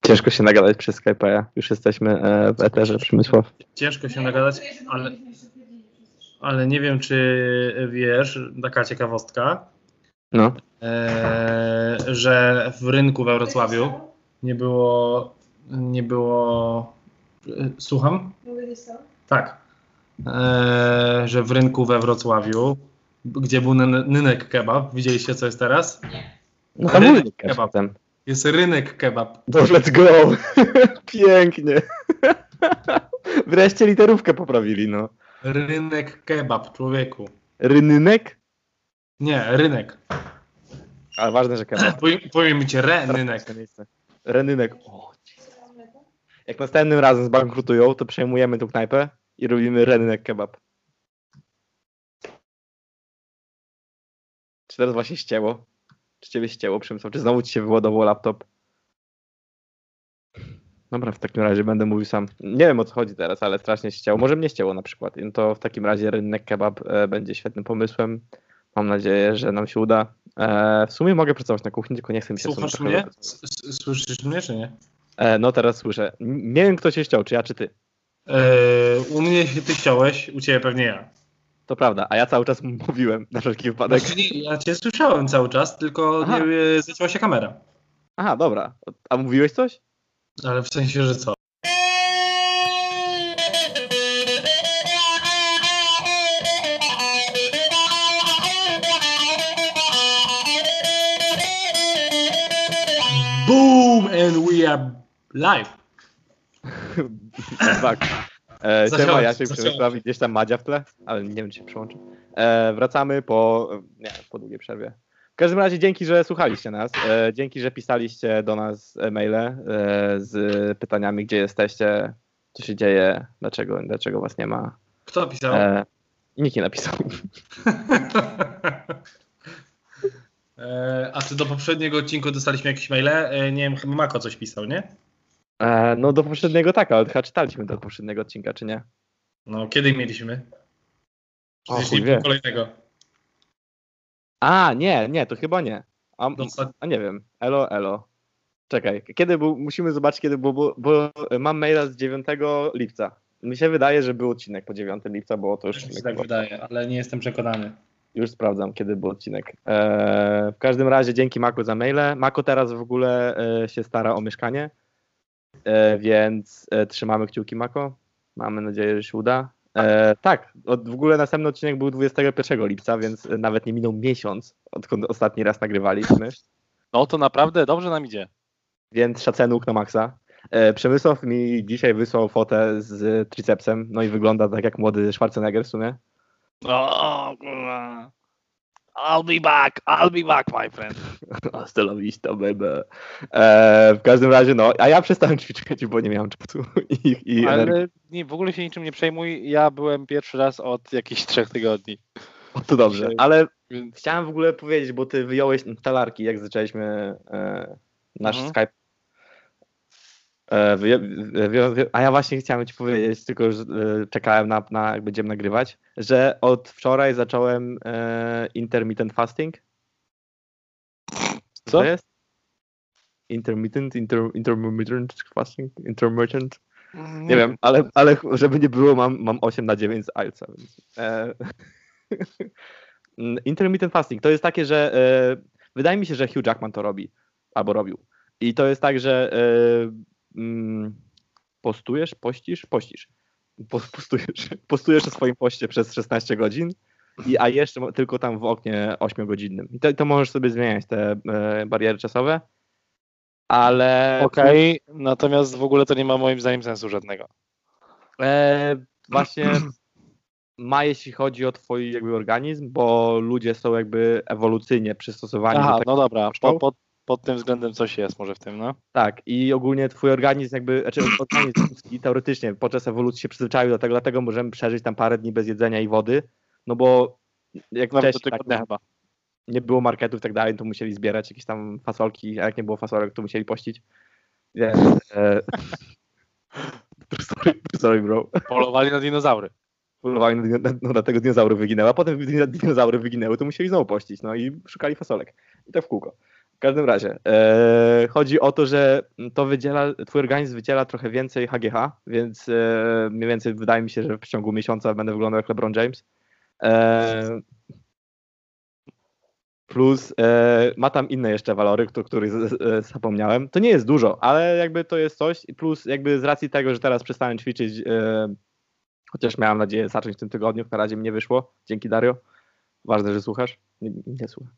Ciężko się nagadać przez Skype'a. Już jesteśmy w eterze, Przemysław. Ciężko się nagadać, ale nie wiem, czy wiesz, taka ciekawostka, No. że w rynku we Wrocławiu nie było. Słucham? Tak. Że w rynku we Wrocławiu, gdzie był Nynek Kebab, widzieliście, co jest teraz? No tam rynek kebab. Jest rynek kebab. No let's go! Pięknie! Wreszcie literówkę poprawili, no. Rynek kebab, człowieku. Rynek? Nie, rynek. Ale ważne, że kebab. Powiem ci Renynek. Renynek. O, jak następnym razem zbankrutują, to przejmujemy tą knajpę i robimy Renynek kebab. Czy teraz właśnie ścięło? Czy ciebie ścięło, Przemysław? Czy znowu ci się wyładował laptop? Dobra, w takim razie będę mówił sam. Nie wiem, o co chodzi teraz, ale strasznie się ścięło. Może mnie ścięło na przykład. I to w takim razie Rynek Kebab będzie świetnym pomysłem. Mam nadzieję, że nam się uda. W sumie mogę pracować na kuchni, tylko nie chcę mi się... Słuchasz mnie? Słyszysz mnie, czy nie? No teraz słyszę. Nie wiem, kto się ściął, czy ja, czy ty. U mnie ty ściąłeś, u ciebie pewnie ja. To prawda, a ja cały czas mówiłem na wszelki wypadek. Znaczy, ja cię słyszałem cały czas, tylko nie zacięła się kamera. Aha, dobra. A mówiłeś coś? Ale w sensie, że co? Boom! And we are live. Tak. Siema, ja się Przemysław i gdzieś tam Madzia w tle, ale nie wiem, czy się przyłączy. Wracamy po długiej przerwie. W każdym razie dzięki, że słuchaliście nas. Dzięki, że pisaliście do nas maile z pytaniami, gdzie jesteście, co się dzieje, dlaczego was nie ma. Kto pisał? Nikt nie napisał. A czy do poprzedniego odcinku dostaliśmy jakieś maile? Nie wiem, chyba Mako coś pisał, nie? No do poprzedniego tak, ale chyba czytaliśmy do poprzedniego odcinka, czy nie? No, kiedy mieliśmy? Jeśli było kolejnego. A, nie, to chyba nie. A nie wiem. Elo. Czekaj, kiedy był, musimy zobaczyć, kiedy było, bo mam maila z 9 lipca. Mi się wydaje, że był odcinek po 9 lipca, bo to już... Tak wydaje, ale nie jestem przekonany. Już sprawdzam, kiedy był odcinek. W każdym razie dzięki Mako za maile. Mako teraz w ogóle się stara o mieszkanie, więc trzymamy kciuki, Mako. Mamy nadzieję, że się uda. Tak, w ogóle następny odcinek był 21 lipca, więc nawet nie minął miesiąc, odkąd ostatni raz nagrywaliśmy. No to naprawdę dobrze nam idzie. Więc szacunok na maksa. Przemysław mi dzisiaj wysłał fotę z tricepsem, no i wygląda tak jak młody Schwarzenegger w sumie. O, kurwa. I'll be back, my friend. Hasta la vista, baby. W każdym razie, no, a ja przestałem ćwiczyć, bo nie miałem czasu i ale w ogóle się niczym nie przejmuj, ja byłem pierwszy raz od jakichś 3 tygodni. O, to dobrze, ale chciałem w ogóle powiedzieć, bo ty wyjąłeś talarki, jak zaczęliśmy nasz Skype. A ja właśnie chciałem ci powiedzieć, tylko że czekałem na jak będziemy nagrywać, że od wczoraj zacząłem intermittent fasting. Co to jest? Intermittent fasting? Intermittent? Nie wiem, ale żeby nie było, mam 8/9 z IELTS-a. Więc, intermittent fasting to jest takie, że wydaje mi się, że Hugh Jackman to robi, albo robił. I to jest tak, że postujesz na swoim poście przez 16 godzin, a jeszcze tylko tam w oknie 8-godzinnym. I to możesz sobie zmieniać te bariery czasowe, ale... Okej, natomiast w ogóle to nie ma moim zdaniem sensu żadnego. Właśnie ma, jeśli chodzi o twój jakby organizm, bo ludzie są jakby ewolucyjnie przystosowani do tego. No dobra, pod tym względem coś jest może w tym, no. Tak, i ogólnie twój organizm organizm ludzki teoretycznie podczas ewolucji się przyzwyczaił do tego, dlatego możemy przeżyć tam parę dni bez jedzenia i wody, no bo jak wcześniej chyba nie było marketów i tak dalej, to musieli zbierać jakieś tam fasolki, a jak nie było fasolek, to musieli pościć. Sorry, bro. Polowali na dinozaury. Dlatego dinozaury wyginęły, a potem dinozaury wyginęły, to musieli znowu pościć, no i szukali fasolek. I tak w kółko. W każdym razie, chodzi o to, że twój organizm wydziela trochę więcej HGH, więc mniej więcej wydaje mi się, że w ciągu miesiąca będę wyglądał jak LeBron James. Plus ma tam inne jeszcze walory, o których zapomniałem. To nie jest dużo, ale jakby to jest coś. Plus jakby z racji tego, że teraz przestałem ćwiczyć, chociaż miałem nadzieję zacząć w tym tygodniu, na razie mi nie wyszło. Dzięki, Dario. Ważne, że słuchasz. Nie słucham.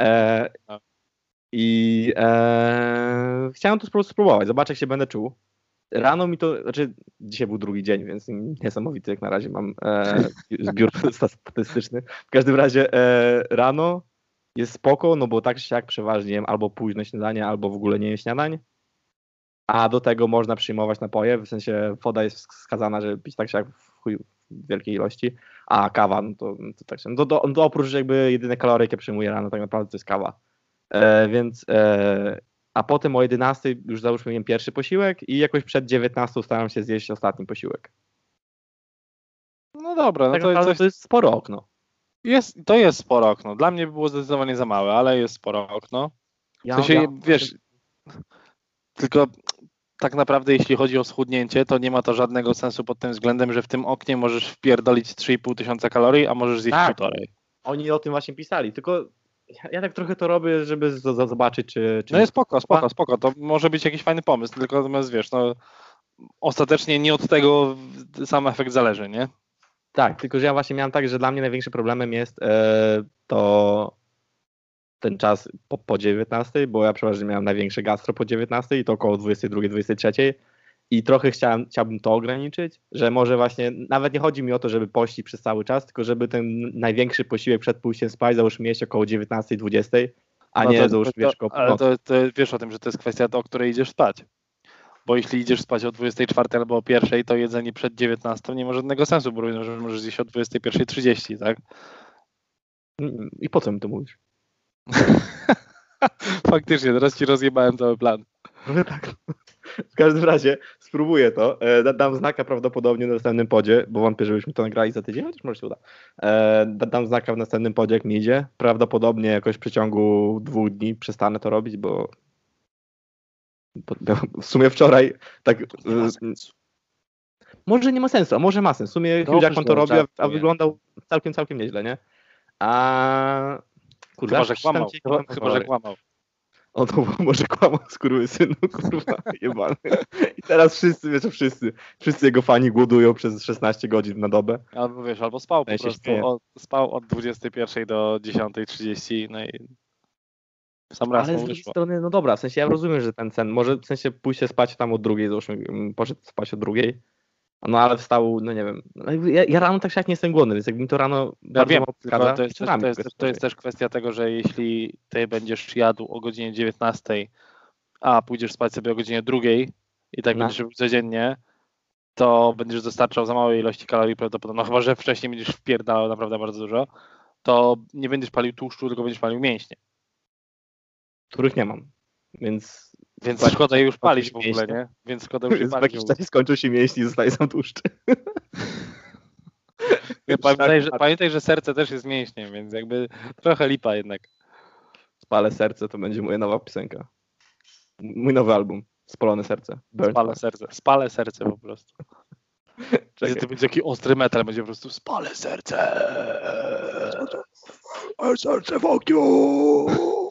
Chciałem to po prostu spróbować, zobaczę jak się będę czuł. Rano mi to, znaczy dzisiaj był drugi dzień, więc niesamowity jak na razie mam zbiór statystyczny. W każdym razie rano jest spoko, no bo tak czy siak przeważnie jem albo późne śniadanie, albo w ogóle nie jem śniadań. A do tego można przyjmować napoje, w sensie woda jest wskazana, żeby pić tak czy siak w wielkiej ilości, a kawa, no to tak się, to oprócz jakby jedyne kalorie, jakie przyjmuję rano, tak naprawdę to jest kawa. A potem o 11 już załóżmy jem pierwszy posiłek i jakoś przed 19 staram się zjeść ostatni posiłek. No dobra, no tak to jest sporo okno. To jest sporo okno. Dla mnie było zdecydowanie za małe, ale jest sporo okno. W sensie, wiesz, tylko tak naprawdę jeśli chodzi o schudnięcie, to nie ma to żadnego sensu pod tym względem, że w tym oknie możesz wpierdolić 3,5 tysiąca kalorii, a możesz zjeść 1,5. Oni o tym właśnie pisali, tylko ja tak trochę to robię, żeby zobaczyć, czy... No jest spoko. To może być jakiś fajny pomysł, tylko natomiast wiesz, no ostatecznie nie od tego sam efekt zależy, nie? Tak, tylko że ja właśnie miałem tak, że dla mnie największym problemem jest to ten czas po 19, bo ja przeważnie miałem największe gastro po 19 i to około 22, 23 i trochę chciałbym to ograniczyć, że może właśnie, nawet nie chodzi mi o to, żeby pościć przez cały czas, tylko żeby ten największy posiłek przed pójściem spać załóżmy jeść około 19, 20, a nie załóżmy wiesz około północy. Ale to wiesz o tym, że to jest kwestia, o której idziesz spać. Bo jeśli idziesz spać o 24 albo o 1, to jedzenie przed 19 nie ma żadnego sensu, bo możesz zjeść o 21:30, tak? I po co mi to mówisz? Faktycznie, teraz ci rozjebałem cały plan. No tak. W każdym razie spróbuję to. Dam znaka prawdopodobnie na następnym podzie, bo wątpię, żebyśmy to nagrali za tydzień, chociaż może się uda. Dam znaka w następnym podzie, jak mi idzie. Prawdopodobnie jakoś w przeciągu 2 dni przestanę to robić, bo w sumie wczoraj tak... Może nie ma sensu, a może ma sens. W sumie Hugh Jackman to robi, a wyglądał całkiem nieźle, nie? Kurde, chyba, że kłamał. O to może kłamał, skurwysynu, kurwa, jebany. I teraz wszyscy jego fani głodują przez 16 godzin na dobę. Albo wiesz, albo spał po prostu, spał od 21 do 10:30, no i sam raz. Ale z drugiej strony, no dobra, w sensie ja rozumiem, że ten sen, może w sensie pójść się spać tam o 2, załóżmy, poszedł spać o 2, no ale wstał, no nie wiem, ja rano tak jak nie jestem głodny, więc jak mi to rano bardzo mało przeszkadza, to jest też kwestia tego, że jeśli ty będziesz jadł o godzinie 19, a pójdziesz spać sobie o godzinie 2 i tak będziesz robił codziennie, to będziesz dostarczał za małej ilości kalorii prawdopodobnie, no chyba, że wcześniej będziesz wpierdalał naprawdę bardzo dużo, to nie będziesz palił tłuszczu, tylko będziesz palił mięśnie. Których nie mam, więc szkoda już palić w ogóle, nie? Więc szkoda już palić. W jakimś czasie skończył się mięśnie i zostaje sam tłuszcz. Pamiętaj, że serce też jest mięśniem, więc jakby trochę lipa jednak. Spalę serce, to będzie moja nowa piosenka. Mój nowy album. Spalone serce. Spalę serce po prostu. To będzie taki ostry metal, będzie po prostu spalę serce. Serce w ogniu.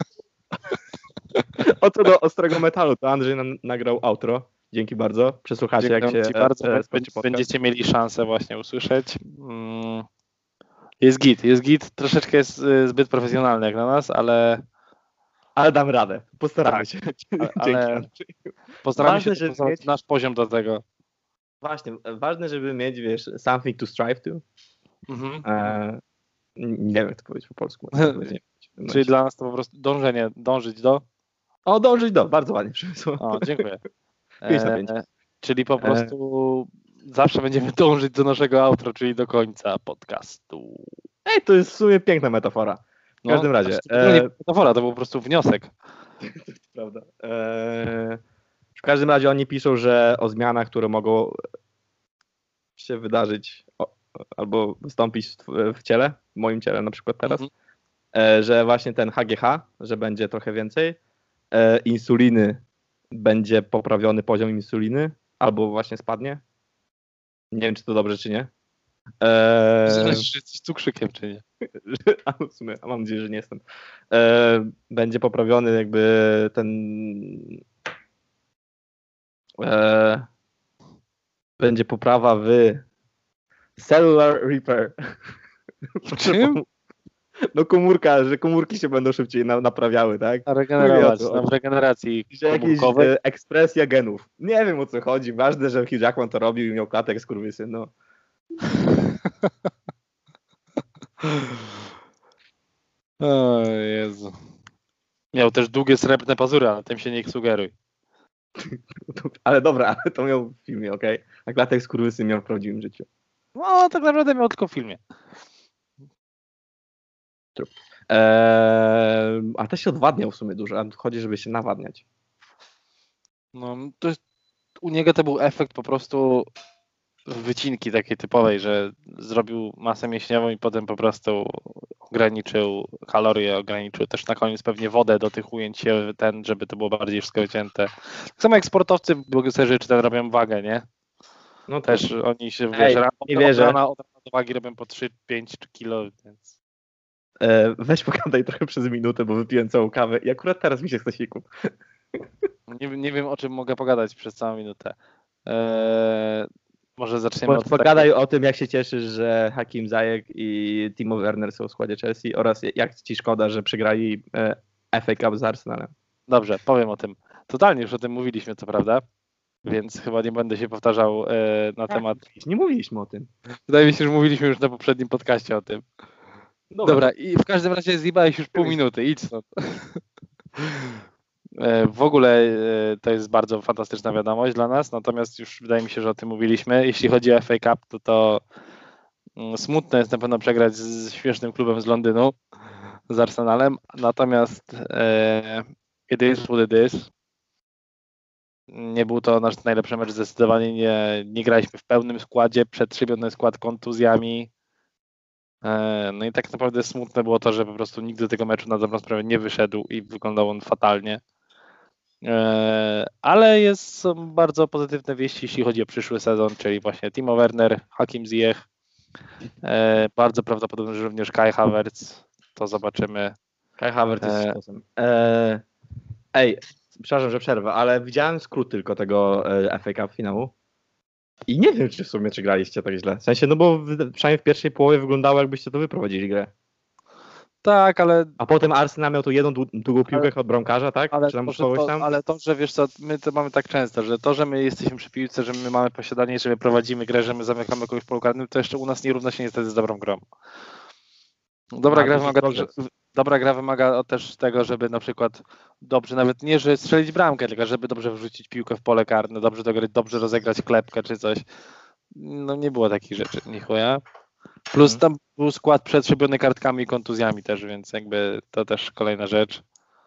O co do ostrego metalu, to Andrzej nam nagrał outro. Dzięki bardzo. Przesłuchacie, jak się... bardzo. Będziecie mieli szansę właśnie usłyszeć. Jest git. Troszeczkę jest zbyt profesjonalny jak na nas, ale dam radę. Postaramy się. Ale postaramy się mieć nasz poziom do tego. Właśnie, ważne, żeby mieć, wiesz, something to strive to. Nie wiem, jak to powiedzieć po polsku. Czyli dla nas to po prostu dążyć do? Dążyć do, bardzo ładnie przemysło. Dziękuję. 5/5. Czyli po prostu zawsze będziemy dążyć do naszego outro, czyli do końca podcastu. To jest w sumie piękna metafora. W każdym razie. To nie metafora, to był po prostu wniosek. To prawda. W każdym razie oni piszą, że o zmianach, które mogą się wydarzyć albo wystąpić w ciele, w moim ciele na przykład teraz, że właśnie ten HGH, że będzie trochę więcej, insuliny będzie poprawiony poziom insuliny, albo właśnie spadnie. Nie wiem, czy to dobrze, czy nie. Zależy, czy jesteś cukrzykiem, czy nie. W sumie, mam nadzieję, że nie jestem. Będzie poprawiony jakby ten... Będzie poprawa w cellular repair. Czym? No komórka, że komórki się będą szybciej naprawiały, tak? W regeneracji że jakieś komórkowej. ekspresja genów. Nie wiem, o co chodzi. Ważne, że Hugh Jackman to robił i miał klatek skurwysyn, no. O Jezu. Miał też długie, srebrne pazury, ale tym się nie sugeruj. Ale dobra, ale to miał w filmie, okej? A klatek skurwysyn miał w prawdziwym życiu. No, tak naprawdę miał tylko w filmie. A też się odwadniał w sumie dużo, a chodzi, żeby się nawadniać. No, to jest, u niego to był efekt po prostu wycinki takiej typowej, że zrobił masę mięśniową i potem po prostu ograniczył kalorie, ograniczył też na koniec pewnie wodę do tych ujęć, żeby to było bardziej wszystko wycięte. Tak samo jak sportowcy w bokserzy czy ten robią wagę, nie? No to... Też oni się, nie wierzę. Od rana do wagi robią po 3, 5 kilo, więc... Weź pogadaj trochę przez minutę, bo wypiłem całą kawę i akurat teraz mi się chce siku. Nie wiem, o czym mogę pogadać przez całą minutę. Może zaczniemy od pogadaj o tym, jak się cieszysz, że Hakim Ziyech i Timo Werner są w składzie Chelsea oraz jak ci szkoda, że przegrali FA Cup z Arsenalem. Dobrze, powiem o tym. Totalnie już o tym mówiliśmy, co prawda, więc chyba nie będę się powtarzał na temat... Nie mówiliśmy o tym. Wydaje mi się, że mówiliśmy już na poprzednim podcaście o tym. Dobra, i w każdym razie zjebałeś już pół minuty, idź stąd. W ogóle to jest bardzo fantastyczna wiadomość dla nas, natomiast już wydaje mi się, że o tym mówiliśmy. Jeśli chodzi o FA Cup, to smutne jest na pewno przegrać z śmiesznym klubem z Londynu, z Arsenalem, natomiast it is what it is. Nie był to nasz najlepszy mecz, zdecydowanie nie graliśmy w pełnym składzie, przetrzebiony skład kontuzjami. No i tak naprawdę smutne było to, że po prostu nikt do tego meczu na dobrą sprawę nie wyszedł i wyglądał on fatalnie. Ale są bardzo pozytywne wieści, jeśli chodzi o przyszły sezon, czyli właśnie Timo Werner, Hakim Ziyech, bardzo prawdopodobne, że również Kai Havertz, to zobaczymy. Kai Havertz jest sztosem. Przepraszam, że przerwę, ale widziałem skrót tylko tego FA Cup finału i nie wiem, czy w sumie graliście tak źle. W sensie, no bo przynajmniej w pierwszej połowie wyglądało, jakbyście to wyprowadzili grę. Tak, ale... A potem Arsenal miał tu jedną długą piłkę od bramkarza, tak? Ale to, że wiesz co, my to mamy tak często, że to, że my jesteśmy przy piłce, że my mamy posiadanie, że my prowadzimy grę, że my zamykamy kogoś w polu karnym, to jeszcze u nas nie równa się niestety z dobrą grą. Dobra gra wymaga też tego, żeby na przykład dobrze, nawet nie, że strzelić bramkę, tylko żeby dobrze wrzucić piłkę w pole karne, dobrze dograć, dobrze rozegrać klepkę czy coś. No nie było takich rzeczy, ni chuja. Plus tam był skład przetrzebiony kartkami i kontuzjami też, więc jakby to też kolejna rzecz.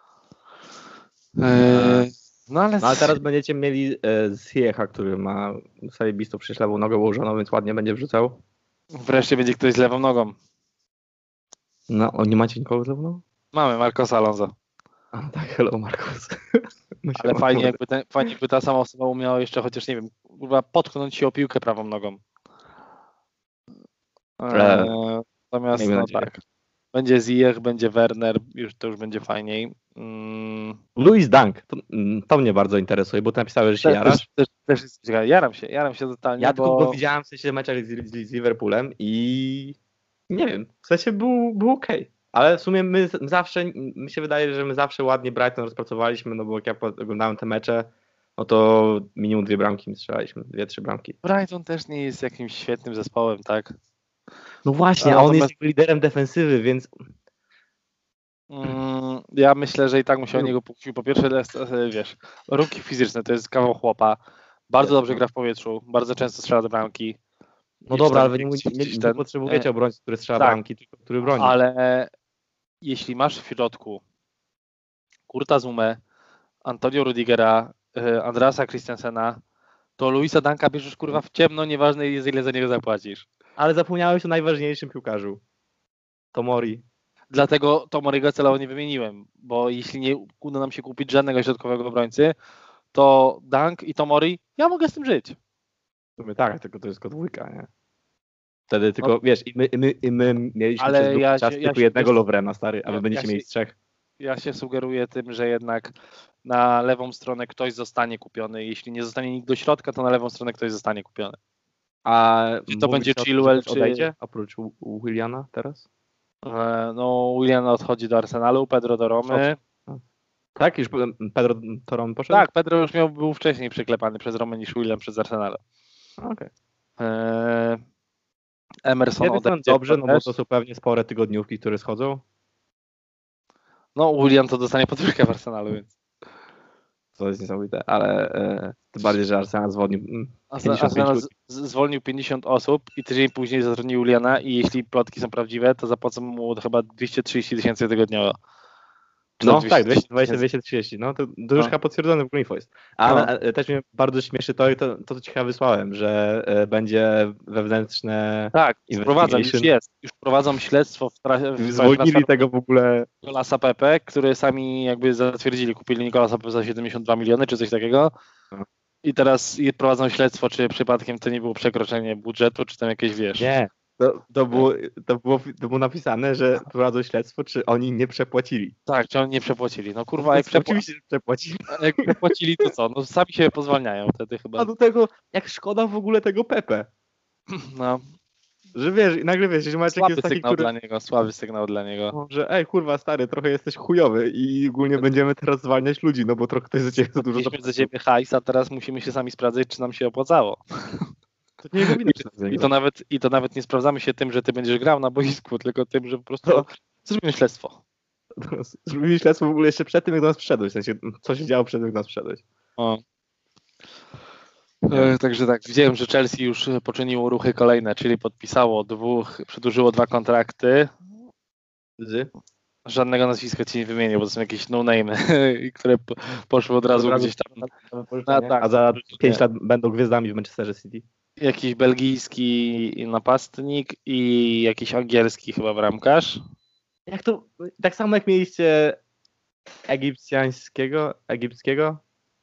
No ale teraz będziecie mieli Ziyech'a, który ma zajebistą przecież lewą nogę ułożoną, więc ładnie będzie wrzucał. Wreszcie będzie ktoś z lewą nogą. No, nie macie nikogo z lewą nogą? Mamy Marcosa Alonso. A, tak, hello Marcos. Ale fajnie jakby ta sama osoba umiała jeszcze chociaż, nie wiem, potknąć się o piłkę prawą nogą. Natomiast no tak. Będzie Ziyech, będzie Werner, to już będzie fajniej. Louis Dunk, to mnie bardzo interesuje, bo ty napisałeś, że się jarasz. Też jest ciekawe. Jaram się totalnie. Ja tylko widziałem w sensie meczach z Liverpoolem i nie wiem, w sensie był okej. Ale w sumie mi się wydaje, że my zawsze ładnie Brighton rozpracowaliśmy, no bo jak ja oglądałem te mecze, no to minimum 2 bramki strzelaliśmy, 2-3 bramki. Brighton też nie jest jakimś świetnym zespołem, tak? No właśnie, a on jest liderem defensywy, więc... Ja myślę, że i tak musiał o niego puścić. Po pierwsze, wiesz, runki fizyczne to jest kawał chłopa. Bardzo dobrze gra w powietrzu, bardzo często strzela do bramki. No dobra, ale wy nie potrzebujecie obrońcy, który strzela bramki, tylko który broni. Ale jeśli masz w środku Kurta Zumę, Antonio Rudigera, Andreasa Christensena, to Louisa Dunka bierzesz kurwa w ciemno, nieważne jest ile za niego zapłacisz. Ale zapomniałeś o najważniejszym piłkarzu. Tomori. dlatego Tomoriego celowo nie wymieniłem, bo jeśli nie uda nam się kupić żadnego środkowego obrońcy, to Dunk i Tomori, ja mogę z tym żyć. W sumie tak, tylko to jest tylko dwójka, nie? Wtedy tylko, wiesz, i my mieliśmy Ale przez długi ja czas się- tylko ja się- jednego Lovrena, stary, a wy ja będziecie się- mieli z 3. Ja się sugeruję tym, że jednak na lewą stronę ktoś zostanie kupiony. Jeśli nie zostanie nikt do środka, to na lewą stronę ktoś zostanie kupiony. A Czy to mówi będzie się o tym, że Chilwell, ktoś czy... odejdzie, oprócz Williana teraz? No, Willian odchodzi do Arsenalu, Pedro do Romy. Tak? Już Pedro Toron poszedł? Tak, Pedro już był wcześniej przyklepany przez Romę niż Willian przez Arsenal. Okej. Emerson Jednej strony odejdzie. dobrze, no bo też. to są pewnie spore tygodniówki, które schodzą. No, Willian to dostanie podwyżkę w Arsenalu, więc. To jest niesamowite, ale tym bardziej, że Arsenal zwolnił 55 Arsenal ludzi. zwolnił 50 osób i tydzień później zatrudnił Williana i jeśli plotki są prawdziwe, to zapłacą mu chyba 230 tysięcy tygodniowo. Czy No tam tak, 230 230, no to już chyba potwierdzone w ogóle info jest. Ale też mnie bardzo śmieszy to co ci chyba wysłałem, że będzie wewnętrzne... Tak, wprowadzam, już investigation. jest. Już prowadzą śledztwo w Zwolnili tego w ogóle... Nicolasa Pepe, który sami jakby zatwierdzili, kupili Nicolasa Pepe za 72 miliony czy coś takiego. No. I teraz prowadzą śledztwo, czy przypadkiem to nie było przekroczenie budżetu, czy tam jakieś, wiesz. Nie, to było napisane, że prowadzą śledztwo, czy oni nie przepłacili. Tak, czy oni nie przepłacili. No kurwa, jak Oczywiście, że przepłacili. przepłacili, to co? No sami się pozwalniają wtedy chyba. A do tego, jak szkoda w ogóle tego Pepe. No, Że wiesz, nagle wiesz, że Maciek słaby jest taki, sygnał który... dla niego, słaby sygnał dla niego. No, że ej, kurwa, stary, trochę jesteś chujowy i ogólnie będziemy teraz zwalniać ludzi, no bo trochę to jest za ciebie za dużo. Mieliśmy za ciebie hajs, a teraz musimy się sami sprawdzać, czy nam się opłacało. To nie powinno się tak I to nawet nie sprawdzamy się tym, że ty będziesz grał na boisku, tylko tym, że po prostu zrobimy śledztwo. Zrobili śledztwo w ogóle jeszcze przed tym, jak do nas wszedłeś, w sensie, co się działo przed tym, jak do nas wszedłeś. O. Także tak, widziałem, że Chelsea już poczyniło ruchy kolejne, czyli podpisało przedłużyło 2 kontrakty. Żadnego nazwiska ci nie wymienię, bo to są jakieś no-name, które poszły od razu gdzieś tam. A za 5 lat będą gwiazdami w Manchesterze City. Jakiś belgijski napastnik i jakiś angielski chyba bramkarz. Jak to, tak samo jak mieliście egipskiego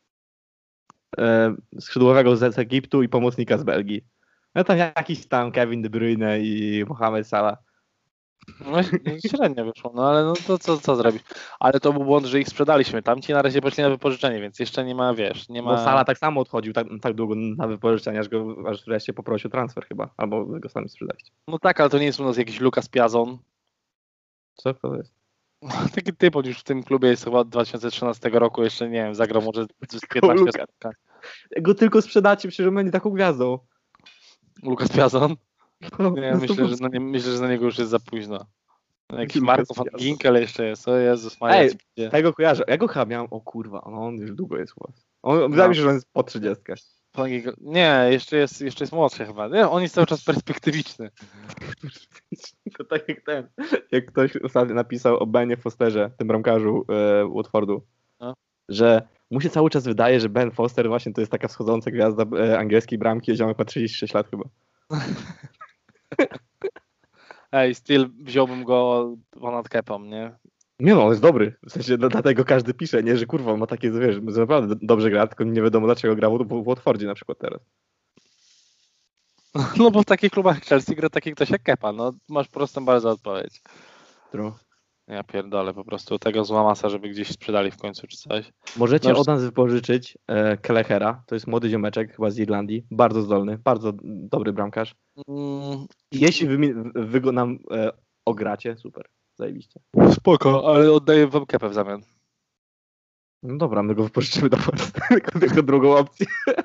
skrzydłowego z Egiptu i pomocnika z Belgii. No tam jakiś tam Kevin De Bruyne i Mohamed Salah. No średnio wyszło, no ale no to co zrobić? Ale to był błąd, że ich sprzedaliśmy. Tamci na razie poszli na wypożyczenie, więc jeszcze nie ma, wiesz, nie ma... Bo Salah tak samo odchodził tak długo na wypożyczenie, aż wreszcie poprosił transfer chyba, albo wy go sami sprzedaliście. No tak, ale to nie jest u nas jakiś Lucas Piazon. Co to jest? Taki typ, on już w tym klubie jest chyba od 2013 roku, jeszcze nie wiem, zagrał może z 15 spotkaniach. Jak go tylko sprzedacie, przecież on będzie taką gwiazdą. Lucas Piazon? No, Nie, myślę, że na niego już jest za późno. Jakiś Lucas Marko van Piazon. Ginkel jeszcze jest, o Jezus Maria. Ej, tego kojarzę. Ja go chyba miałem, o kurwa, on już długo jest u was. Wydaje mi się, że on jest po 30. Nie, jeszcze jest młodszy chyba. Nie, on jest cały czas perspektywiczny. Tylko tak jak ktoś ostatnio napisał o Benie Fosterze, tym bramkarzu Watfordu, No. że mu się cały czas wydaje, że Ben Foster właśnie to jest taka wschodząca gwiazda angielskiej bramki, a ziomek ma 36 lat chyba. Ej, still wziąłbym go ponad Kepą, nie? Nie no, on jest dobry. W sensie dlatego każdy pisze, nie, że kurwa, on ma takie, wiesz, że naprawdę dobrze gra, tylko nie wiadomo dlaczego gra w Watfordzie na przykład teraz. No bo w takich klubach jak Chelsea gra taki ktoś jak Kepa, no masz prostą bardzo odpowiedź. True. Ja pierdolę po prostu tego zła masa, żeby gdzieś sprzedali w końcu czy coś. Możecie No, od nas wypożyczyć Kelechera, to jest młody ziomeczek chyba z Irlandii, bardzo zdolny, bardzo dobry bramkarz. Jeśli wy go nam ogracie, super, zajebiście. Spoko, ale oddaję wam Kepę w zamian. No dobra, my go wypożyczymy do Polski, jako drugą opcję.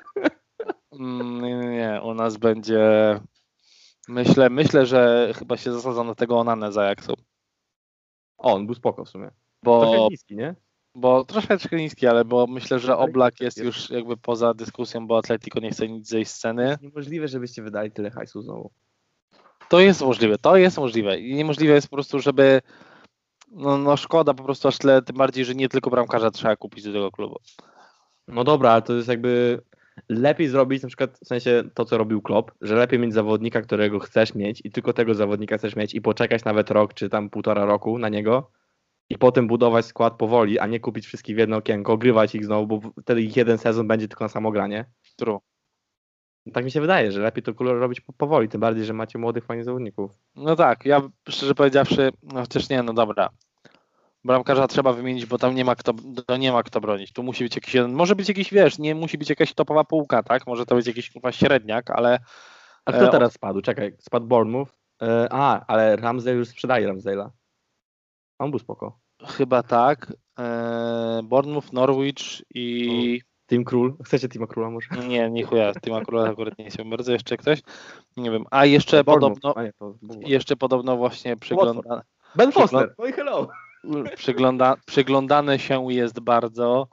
Nie, u nas będzie... Myślę, że chyba się zasadzą na tego Onanę z Ajaxu. On był spoko w sumie. Bo Trochę niski, nie? Bo troszeczkę niski, ale bo myślę, że Oblak jest już jakby poza dyskusją, bo Atletico nie chce nic zejść z sceny. Niemożliwe, żebyście wydali tyle hajsu znowu. To jest możliwe. I niemożliwe jest po prostu, żeby no szkoda po prostu aż tyle, tym bardziej, że nie tylko bramkarza trzeba kupić do tego klubu. No dobra, ale to jest jakby... lepiej zrobić na przykład w sensie to, co robił Klopp, że lepiej mieć zawodnika, którego chcesz mieć i tylko tego zawodnika chcesz mieć i poczekać nawet rok czy tam 1,5 roku na niego i potem budować skład powoli, a nie kupić wszystkich w jedno okienko, ogrywać ich znowu, bo wtedy ich jeden sezon będzie tylko na samogranie. True. Tak mi się wydaje, że lepiej to robić powoli, tym bardziej, że macie młodych, fajnych zawodników. No tak, ja szczerze powiedziawszy, no chociaż nie, no dobra. Bramkarza trzeba wymienić, bo tam nie ma kto bronić. Tu musi być jakiś jeden, może być jakiś, wiesz, nie musi być jakaś topowa półka, tak? Może to być jakiś chyba średniak, ale... A kto teraz spadł? Czekaj, spadł Bournemouth. Ale Ramsdale już sprzedaje Ramsdale'a. On był spoko. Chyba tak. Bournemouth, Norwich i... Team Król. Chcecie Teama Króla może? Nie chuja, Teama Króla akurat nie chciałbym bardzo. Jeszcze ktoś? Nie wiem. A jeszcze podobno... Jeszcze podobno właśnie przyglądane... Ben Foster. No i hello. Przyglądane się jest bardzo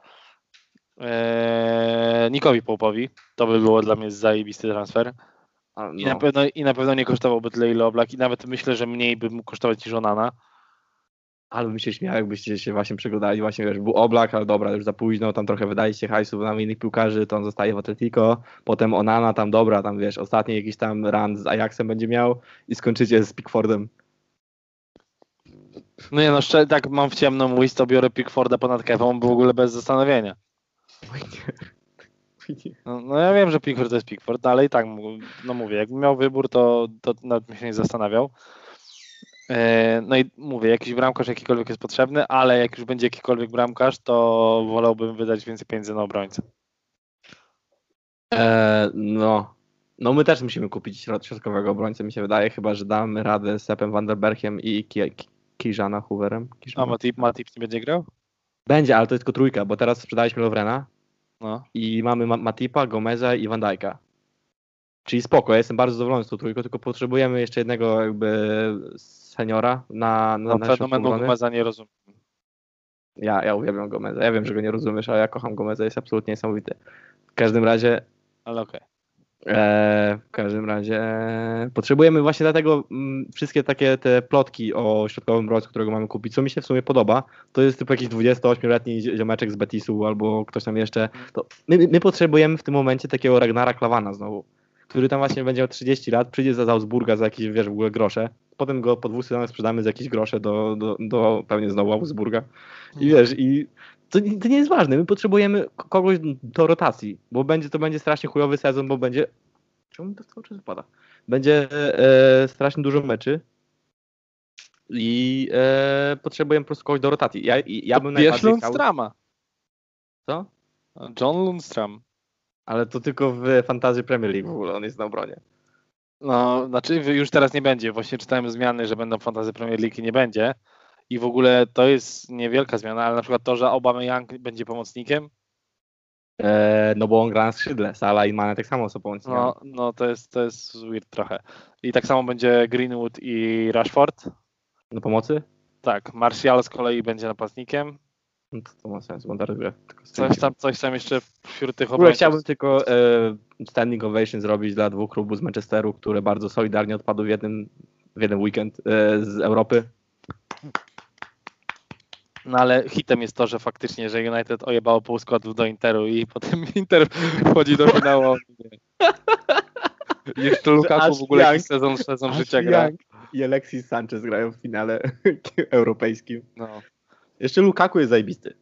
Nickowi Pope'owi. To by było dla mnie zajebisty transfer. I na pewno nie kosztowałby tyle, ile Oblak. I nawet myślę, że mniej by mógł kosztować niż Onana. Ale bym się śmiał, jakbyście się właśnie przeglądali. Właśnie wiesz, był Oblak, ale dobra, już za późno, tam trochę wydaliście hajsu na innych piłkarzy, to on zostaje w Atletico. Potem Onana, tam dobra, tam wiesz, ostatni jakiś tam run z Ajaxem będzie miał i skończycie z Pickfordem. No nie no, tak mam w ciemno mówić, to biorę Pickforda ponad Kevą, w ogóle bez zastanowienia. No ja wiem, że Pickford to jest Pickford, ale i tak, no mówię, jakbym miał wybór, to nawet bym się nie zastanawiał. No i mówię, jakiś bramkarz jakikolwiek jest potrzebny, ale jak już będzie jakikolwiek bramkarz, to wolałbym wydać więcej pieniędzy na obrońcę. No my też musimy kupić środkowego obrońcę, mi się wydaje, chyba że damy radę z Sepem Van der Bergiem i Kijana Hooverem. A Matip nie będzie grał? Będzie, ale to jest tylko trójka, bo teraz sprzedaliśmy Lovrena i mamy Matipa, Gomeza i Van Dijk'a. Czyli spoko, ja jestem bardzo zadowolony z tą trójką, tylko potrzebujemy jeszcze jednego jakby seniora na fenomenu Gomeza nie rozumiem. Ja uwielbiam Gomeza, ja wiem, że go nie rozumiesz, ale ja kocham Gomeza, jest absolutnie niesamowity. W każdym razie... Ale okej. W każdym razie potrzebujemy właśnie dlatego wszystkie takie te plotki o środkowym obrońcu, którego mamy kupić, co mi się w sumie podoba, to jest typu jakiś 28-letni ziomeczek z Betisu albo ktoś tam jeszcze. To my potrzebujemy w tym momencie takiego Ragnara Klawana znowu, który tam właśnie będzie miał 30 lat, przyjdzie za Augsburga za jakieś, wiesz, w ogóle grosze, potem go po 2 sezonach sprzedamy za jakieś grosze do pewnie znowu Augsburga i wiesz, i to nie jest ważne, my potrzebujemy kogoś do rotacji, bo to będzie strasznie chujowy sezon, bo będzie... Czemu to cały czas wypada? Będzie strasznie dużo meczy i potrzebujemy po prostu kogoś do rotacji. Ja bym najbardziej Lundstrama. Co? John Lundstram. Ale to tylko w Fantasy Premier League w ogóle, on jest na obronie. No, znaczy już teraz nie będzie. Właśnie czytałem zmiany, że będą w Fantasy Premier League i nie będzie. I w ogóle to jest niewielka zmiana, ale na przykład to, że Aubameyang będzie pomocnikiem. No bo on gra na skrzydle, Salah i Mane tak samo są pomocnikami. No to jest weird trochę. I tak samo będzie Greenwood i Rashford. Do pomocy? Tak, Martial z kolei będzie napastnikiem. No to ma sens, bo teraz grę. Coś tam jeszcze wśród tych obrońców. Chciałbym tylko standing ovation zrobić dla 2 klubów z Manchesteru, które bardzo solidarnie odpadły w jeden weekend z Europy. No ale hitem jest to, że faktycznie, że United ojebało pół składów do Interu i potem Inter wchodzi do finału. Jeszcze Lukaku w ogóle jakiś sezon życia gra. I Alexis Sanchez grają w finale europejskim. No. Jeszcze Lukaku jest zajebisty.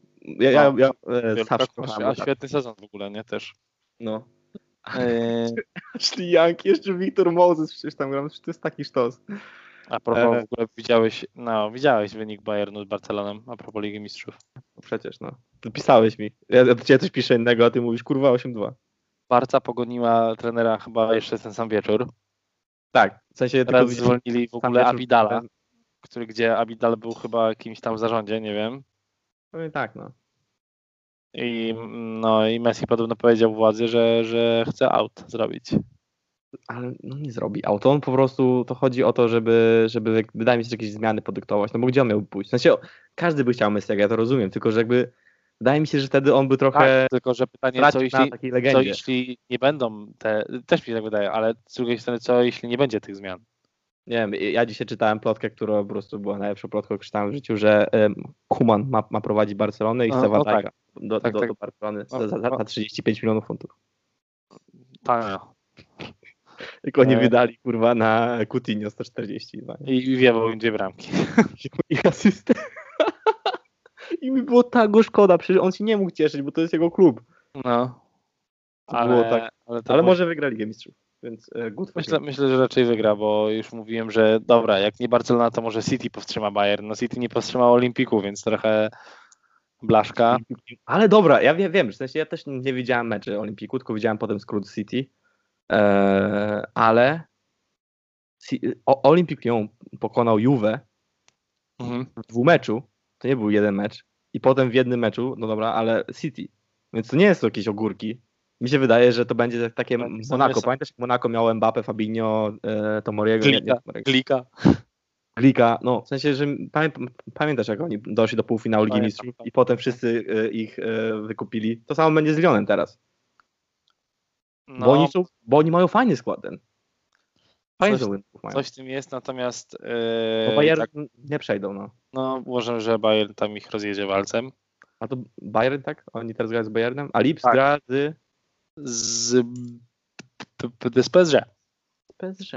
Świetny sezon w ogóle, nie? Też. No. Ashley Young, jeszcze Victor Moses, przecież tam gram, to jest taki sztos. A propos w ogóle widziałeś wynik Bayernu z Barceloną, a propos Ligi Mistrzów. No przecież, no. Ty pisałeś mi. Ja do ciebie coś piszę innego, a ty mówisz, kurwa, 8-2. Barca pogoniła trenera chyba jeszcze ten sam wieczór. Tak, w sensie teraz zwolnili w ogóle Abidala, gdzie Abidal był chyba kimś tam w zarządzie, nie wiem. No i tak, no. I Messi podobno powiedział władzy, że chce out zrobić. Ale no nie zrobi auto, on po prostu, to chodzi o to, żeby wydaje mi się, że jakieś zmiany podyktować, no bo gdzie on miałby pójść? W sensie każdy by chciał Messiego, ja to rozumiem, tylko że jakby wydaje mi się, że wtedy on by trochę... Tak, tylko że pytanie, co jeśli nie będą też mi się tak wydaje, ale z drugiej strony, co jeśli nie będzie tych zmian? Nie wiem, ja dzisiaj czytałem plotkę, która po prostu była najlepszą plotką, jaką czytałem w życiu, że Koeman ma prowadzić Barcelonę i chce Van Dijk'a do Barcelony za 35 milionów funtów. Tanio. Tylko nie wydali, kurwa, na Coutinho 142. I wiewał im 2 bramki. Ich asystę. I mi było tak go szkoda, przecież on się nie mógł cieszyć, bo to jest jego klub. No. Było tak. Ale może wygra Ligę Mistrzów, więc good for him. Myślę, że raczej wygra, bo już mówiłem, że dobra, jak nie Barcelona, to może City powstrzyma Bayern. No City nie powstrzymało Olimpiku, więc trochę blaszka. Ale dobra, ja wiem, w sensie ja też nie widziałem meczy Olimpiku, tylko widziałem potem skrót City, ale Olympique Lyon pokonał Juve w 2 meczu, to nie był jeden mecz, i potem w jednym meczu, no dobra, ale City, więc to nie jest to jakieś ogórki. Mi się wydaje, że to będzie takie Monaco. Pamiętasz, jak Monaco miało Mbappé, Fabinho, Tomoriego? Glika, no w sensie, że pamiętasz, jak oni doszli do półfinału Ligi Mistrzów i potem wszyscy ich wykupili. To samo będzie z Lyonem teraz. No, Bo oni mają fajny skład ten. Coś w tym jest, natomiast bo Bayern nie przejdą, no. No, uważam, że Bayern tam ich rozjedzie walcem. A to Bayern, tak? Oni teraz grają z Bayernem? A Leeds tak. gra z PSG. PSG.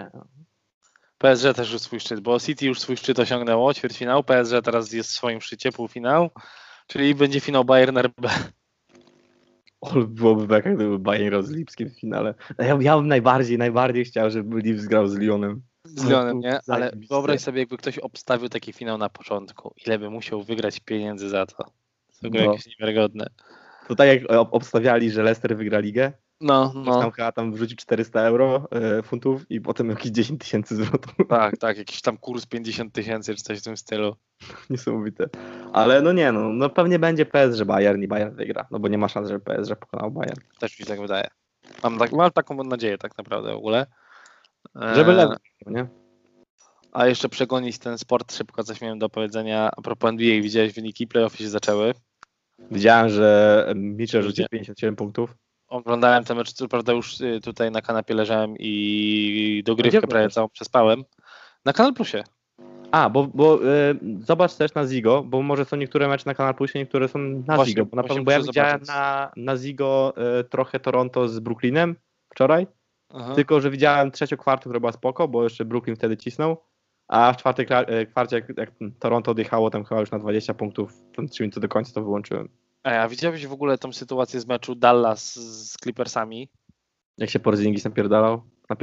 PSG też już swój szczyt, bo City już swój szczyt osiągnęło, ćwierćfinał, PSG teraz jest w swoim szczycie, półfinał, czyli będzie finał Bayern RB. Byłoby beka, gdyby Bayern z Lipskiem w finale. Ja bym najbardziej chciał, żeby Leeds grał z Lyonem. Z Lyonem, nie? Ale wyobraź sobie, jakby ktoś obstawił taki finał na początku. Ile by musiał wygrać pieniędzy za to? To było jakieś niewiarygodne. To tak jak obstawiali, że Leicester wygra ligę. No. Tam chyba wrzuci 400 euro, funtów i potem jakieś 10 tysięcy zwrotów. Tak, jakiś tam kurs 50 tysięcy czy coś w tym stylu. Niesamowite. Ale no pewnie będzie PSG Bayern i Bayern wygra, no bo nie ma szans, żeby PSG pokonał Bayern. Też mi się tak wydaje. Mam taką nadzieję tak naprawdę w ogóle. Żeby lepiej, nie? A jeszcze przegonić ten sport szybko, coś miałem do powiedzenia. A propos NBA, widziałeś wyniki, playoffy się zaczęły. Widziałem, że Mitchell rzucił 57 punktów. Oglądałem ten mecz, co prawda już tutaj na kanapie leżałem i dogrywkę prawie całą przespałem. Na Kanal Plusie. Bo zobacz też na Zigo, bo może są niektóre mecze na Kanal Plusie, niektóre są na Zigo. Bo ja widziałem na Zigo trochę Toronto z Brooklynem wczoraj, tylko że widziałem trzecią kwartę, która była spoko, bo jeszcze Brooklyn wtedy cisnął, a w czwartej kwarcie, jak Toronto odjechało tam chyba już na 20 punktów, 3 minuty do końca, to wyłączyłem. A widziałeś w ogóle tą sytuację z meczu Dallas z Clippersami? Jak się Porzingis napierdalał?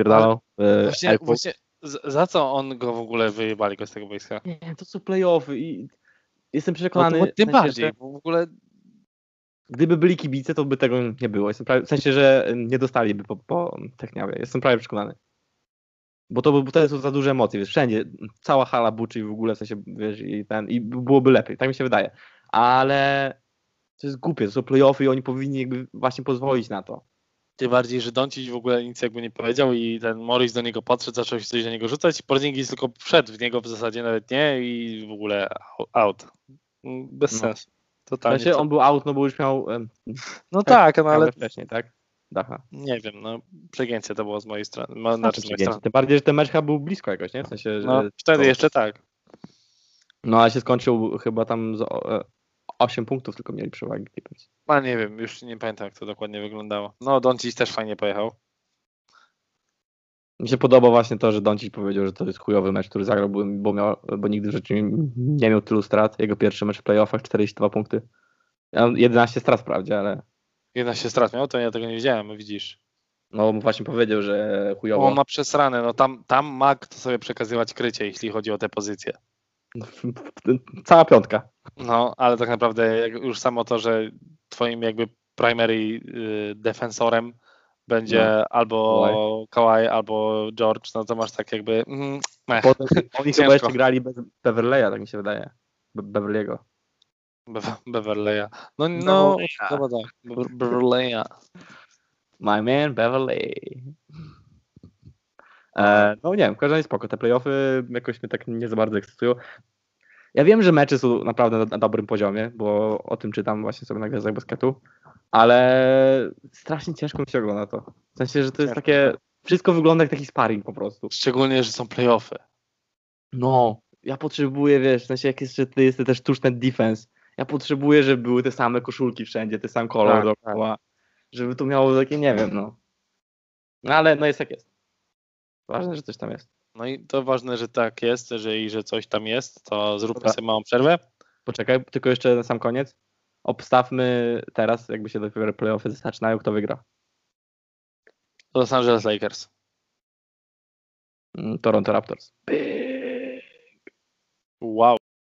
Właśnie za co on go w ogóle wyjebali go z tego boiska? Nie, to są play-offy i jestem przekonany... No to tym bardziej, bo w ogóle... Gdyby byli kibice, to by tego nie było. W sensie, że nie dostaliby po techniawie. Jestem prawie przekonany. Bo to są za duże emocje, wiesz, wszędzie, cała hala buczy i w ogóle, w sensie, wiesz, i byłoby lepiej, tak mi się wydaje. Ale to jest głupie, to są play-offy i oni powinni jakby właśnie pozwolić na to. Tym bardziej, że Doncic w ogóle nic jakby nie powiedział i ten Morris do niego podszedł, zaczął się coś do niego rzucać i Porzingis tylko wszedł w niego w zasadzie nawet nie i w ogóle out. Bez sensu. Totalnie. W sensie on był out, no bo już miał... No tak, no ale... wcześniej, tak? Dacha. Nie wiem, no przegięcie to było z mojej strony. Tym bardziej, że ten mecz chyba był blisko jakoś, nie? W sensie, że no wtedy jeszcze tak. No ale się skończył chyba tam z 8 punktów tylko mieli przewagi. A nie wiem, już nie pamiętam jak to dokładnie wyglądało. No Doncic też fajnie pojechał. Mi się podoba właśnie to, że Doncic powiedział, że to jest chujowy mecz, który zagrał, bo nigdy w życiu nie miał tylu strat. Jego pierwszy mecz w playoffach 42 punkty. 11 strat wprawdzie, ale... 11 strat miał? To ja tego nie wiedziałem, widzisz. No właśnie powiedział, że chujowo. On ma przesrane, no tam ma kto sobie przekazywać krycie, jeśli chodzi o te pozycje. Cała piątka. No, ale tak naprawdę już samo to, że twoim jakby primary defensorem będzie albo Kawhi, albo George, no to masz tak jakby... Potem oni chyba jeszcze grali bez Beverleya, tak mi się wydaje. Beverley'ego. Beverleya. No tak. Beverleya. My man Beverley. No nie wiem, w każdym razie spoko. Te playoffy jakoś mnie tak nie za bardzo ekscytują. Ja wiem, że mecze są naprawdę na dobrym poziomie, bo o tym czytam właśnie sobie na Gwiazdach Basketu, ale strasznie ciężko mi się ogląda to. W sensie, że to jest takie... Wszystko wygląda jak taki sparring po prostu. Szczególnie, że są playoffy. No, ja potrzebuję, wiesz, w sensie jak jeszcze jest też sztuczny defense, ja potrzebuję, żeby były te same koszulki wszędzie, ten sam kolor dookoła, żeby to miało takie, nie wiem, no. No ale no jest jak jest. Ważne, że coś tam jest. No i to ważne, że tak jest, że coś tam jest, to zróbmy sobie małą przerwę. Poczekaj, tylko jeszcze na sam koniec. Obstawmy teraz, jakby się dopiero playoffy zaczynają, kto wygra. Los Angeles Lakers. Toronto Raptors. Wow.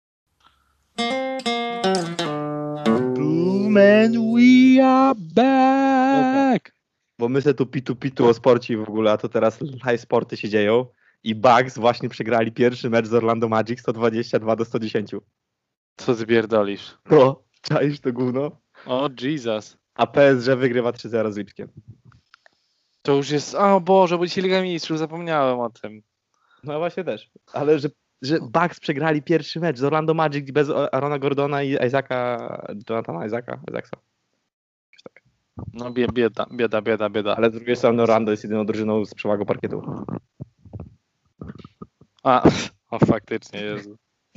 Boom and we are back! Bo my se tu pitu o sporcie w ogóle, a to teraz high sporty się dzieją i Bucks właśnie przegrali pierwszy mecz z Orlando Magic 122-110. Co ty pierdolisz? No, czaisz to gówno? O Jesus. A PSG wygrywa 3-0 z Lipskiem. To już jest, o Boże, bo dzisiaj Liga Mistrzów, zapomniałem o tym. No właśnie też. Ale że Bucks przegrali pierwszy mecz z Orlando Magic bez Aarona Gordona i Jonathana Isaacsa. No bieda. Ale z drugiej strony Orlando jest jedyną drużyną z przewagą parkietu. A, o faktycznie, Jezu.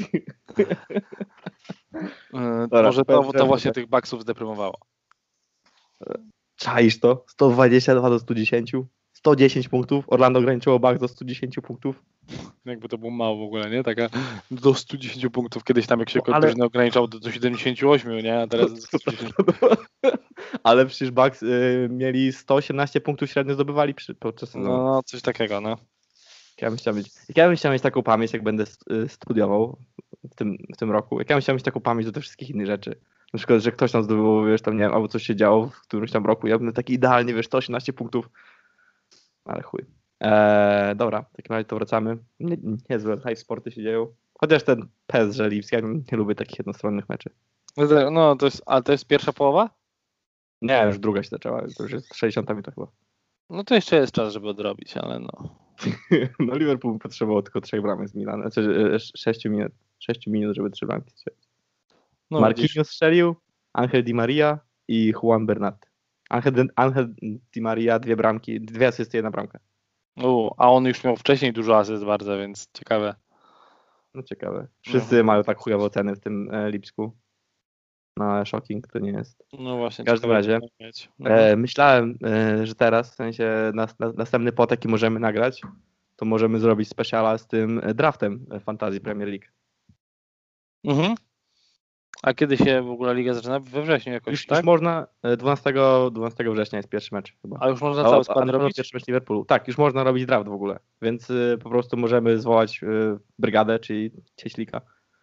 Może to właśnie tych Bucksów zdeprymowało. Czaisz to? 122-110. 110 punktów. Orlando ograniczyło Bucks do 110 punktów. Jakby to było mało w ogóle, nie? Taka do 110 punktów. Kiedyś tam jak się drużyny ograniczał do 78, nie? A teraz do 110. Ale przecież Bucks mieli 118 punktów średnio zdobywali podczas sezonu. No, coś takiego, no. Ja bym chciał mieć taką pamięć, jak będę studiował w tym roku. Ja bym chciał mieć taką pamięć do tych wszystkich innych rzeczy. Na przykład, że ktoś tam zdobył, wiesz, tam nie wiem, albo coś się działo w którymś tam roku. Ja bym taki idealnie, wiesz, 118 punktów. Ale chuj. Dobra, w takim razie to wracamy. Niezłe high sporty się dzieją. Chociaż ten PSG Lipski, ja nie lubię takich jednostronnych meczy. No, ale to jest pierwsza połowa? Nie, już druga się zaczęła. To już jest 60 minut chyba. No to jeszcze jest czas, żeby odrobić, ale no. No Liverpool potrzebował tylko 3 bramek z Milanem. Znaczy 6 minut, żeby 3 bramki strzelić. No, Marquinhos strzelił, Angel Di Maria i Juan Bernat. Angel Di Maria 2 bramki, 2 asysty, 1 bramka. A on już miał wcześniej dużo asyst bardzo, więc ciekawe. No ciekawe. Wszyscy mają tak chujowe oceny w tym Lipsku. No ale shocking to nie jest. No właśnie. W każdym razie myślałem, że teraz, w sensie następny pot, jaki możemy nagrać, to możemy zrobić speciala z tym draftem Fantasy Premier League. Mhm. A kiedy się w ogóle liga zaczyna? We wrześniu jakoś, tak? Już można, 12 września jest pierwszy mecz chyba. A już można cały skład robić? Pierwszy mecz Liverpoolu. Tak, już można robić draft w ogóle, więc po prostu możemy zwołać brygadę, czyli cieślika.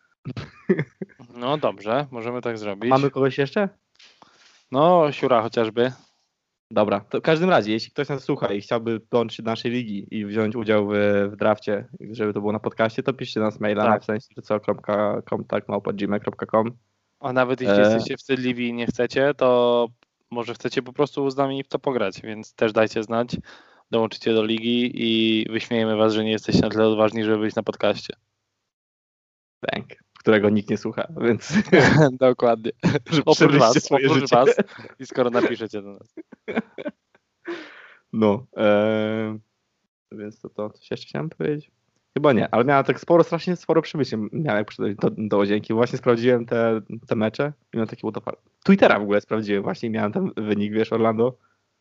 No dobrze, możemy tak zrobić. Mamy kogoś jeszcze? No, Siura chociażby. Dobra, to w każdym razie, jeśli ktoś nas słucha i chciałby dołączyć do naszej ligi i wziąć udział w drafcie, żeby to było na podcaście, to piszcie nas maila na w sensie kontakt@gmail.com. A nawet jeśli jesteście wstydliwi i nie chcecie, to może chcecie po prostu z nami w to pograć, więc też dajcie znać, dołączycie do ligi i wyśmiejemy was, że nie jesteście na tyle odważni, żeby być na podcaście. Bank, którego nikt nie słucha, więc... Dokładnie. Oprócz was i skoro napiszecie do nas. No, więc to coś jeszcze chciałem powiedzieć? Chyba nie, ale miałem tak strasznie sporo przemyśleń miałem jak przyszedłem do łazienki. Właśnie sprawdziłem te mecze i miałem taki Twittera w ogóle sprawdziłem właśnie i miałem ten wynik, wiesz, Orlando.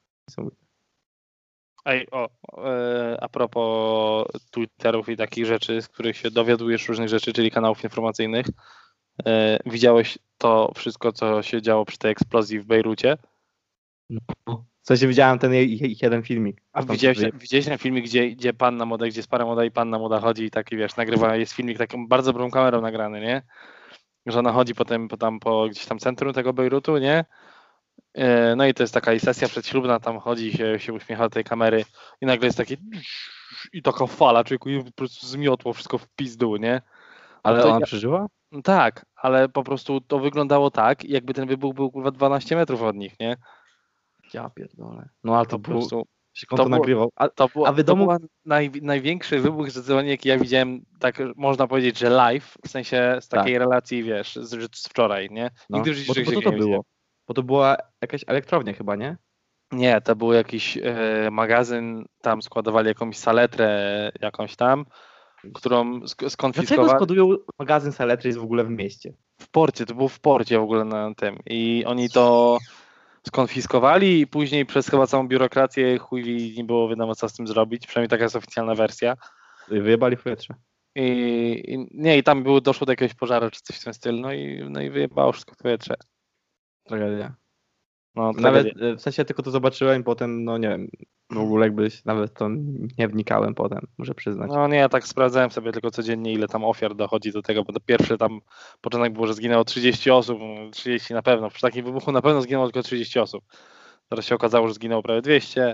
A propos Twitterów i takich rzeczy, z których się dowiadujesz różnych rzeczy, czyli kanałów informacyjnych, widziałeś to wszystko, co się działo przy tej eksplozji w Bejrucie? No. W sensie widziałem ten jeden filmik. A widziałeś ten filmik, gdzie panna młoda, gdzie jest para młoda i panna młoda chodzi i taki, wiesz, nagrywa, jest filmik taką bardzo dobrą kamerą nagrany, nie? Że ona chodzi potem po gdzieś tam centrum tego Bejrutu, nie? No i to jest taka sesja przedślubna, tam chodzi się uśmiecha do tej kamery i nagle jest taki i taka fala, człowieku, i po prostu zmiotło wszystko w pizdu, nie? Ale ona przeżyła? Tak, ale po prostu to wyglądało tak, jakby ten wybuch był kurwa 12 metrów od nich, nie? Ja pierdolę. No ale to po prostu to nagrywał. To był największy wybuch zdecydowanie, jaki ja widziałem, tak można powiedzieć, że live, w sensie z takiej relacji, wiesz, z wczoraj, nie? Nigdy w życiu bo to było. Bo to była jakaś elektrownia chyba, nie? Nie, to był jakiś magazyn, tam składowali jakąś saletrę jakąś tam, którą skonfiskowali. Dlaczego składują magazyn saletry jest w ogóle w mieście? W porcie, to było w porcie w ogóle na tym i oni to skonfiskowali i później przez chyba całą biurokrację chuj nie było wiadomo co z tym zrobić, przynajmniej taka jest oficjalna wersja. Wyjebali w powietrze. I tam doszło do jakiegoś pożaru czy coś w tym stylu, no i wyjebało wszystko w powietrze. Tragedia. No, nawet w sensie tylko to zobaczyłem, potem no nie wiem, w ogóle jakbyś nawet to nie wnikałem potem, muszę przyznać. No nie, ja tak sprawdzałem sobie tylko codziennie, ile tam ofiar dochodzi do tego, bo to pierwszy tam początek było, że zginęło 30 osób, 30 na pewno, przy takim wybuchu na pewno zginęło tylko 30 osób. Teraz się okazało, że zginęło prawie 200.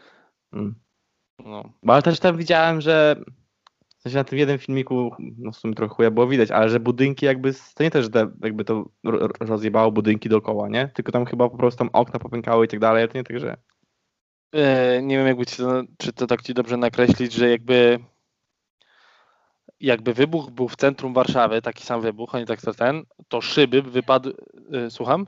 No. Bo ale też tam widziałem, że w sensie na tym jednym filmiku, no w sumie trochę chuja było widać, ale że budynki jakby, to nie też, że jakby to rozjebało budynki dookoła, nie? Tylko tam chyba po prostu tam okna popękały i tak dalej, ale to nie tak, że... Nie wiem czy to tak ci dobrze nakreślić, że jakby wybuch był w centrum Warszawy, taki sam wybuch, a nie tak to szyby wypadły... Słucham?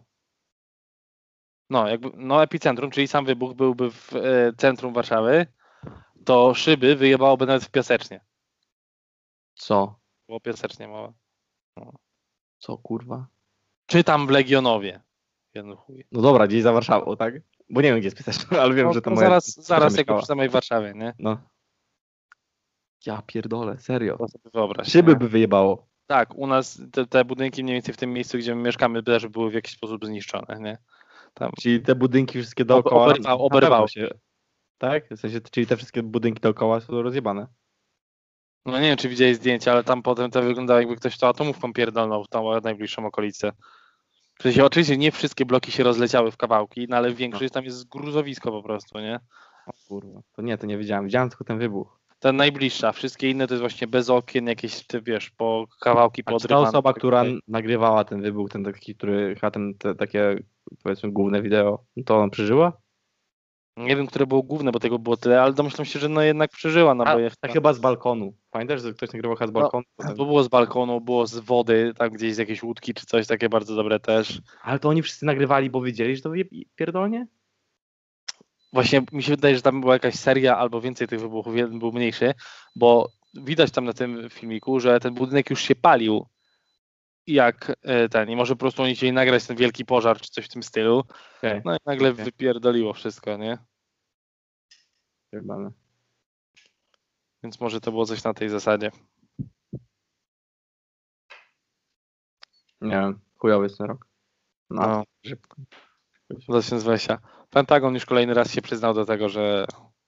No epicentrum, czyli sam wybuch byłby w centrum Warszawy, to szyby wyjebałoby nawet w Piasecznie. Co? Było Piasecznie mowa. No. Co kurwa? Czy tam w Legionowie. Jeden chuj. No dobra, gdzieś za Warszawą, tak? Bo nie wiem, gdzie jest Piaseczno, ale wiem, że to moja... Zaraz jakby przy samej Warszawie, nie? No. Ja pierdolę, serio. To sobie wyobraź. Szyby by wyjebało. Tak, u nas te budynki mniej więcej w tym miejscu, gdzie my mieszkamy, też były w jakiś sposób zniszczone, nie? Tam... Czyli te budynki wszystkie dookoła... Oberwało się. Tak? W sensie, czyli te wszystkie budynki dookoła są rozjebane. No nie wiem, czy widziałeś zdjęcia, ale tam potem to wyglądało, jakby ktoś to atomówką pierdolnął w tą najbliższą okolicę. W sensie, oczywiście nie wszystkie bloki się rozleciały w kawałki, no ale większość tam jest gruzowisko po prostu, nie? O kurwa, to nie wiedziałem. Widziałem tylko ten wybuch. Ta najbliższa, wszystkie inne to jest właśnie bez okien, jakieś, ty wiesz, po kawałki podrywane. Ta osoba, która nagrywała ten wybuch, ten taki, który chyba takie, powiedzmy, główne wideo, to on przeżyła? Nie wiem, które było główne, bo tego było tyle, ale domyślam się, że no jednak przeżyła. No, tak chyba z balkonu. Pamiętasz, że ktoś nagrywał chyba z balkonu? No, bo było z balkonu, było z wody, tam gdzieś z jakiejś łódki czy coś, takie bardzo dobre też. Ale to oni wszyscy nagrywali, bo wiedzieli, że to pierdolnie? Właśnie mi się wydaje, że tam była jakaś seria albo więcej tych wybuchów, jeden był mniejszy, bo widać tam na tym filmiku, że ten budynek już się palił jak i może po prostu oni chcieli nagrać ten wielki pożar czy coś w tym stylu. Okay. No i nagle wypierdoliło wszystko, nie? Jebane. Więc może to było coś na tej zasadzie. Nie wiem, chujowy jest ten rok. No. 2020. Pentagon już kolejny raz się przyznał do tego, że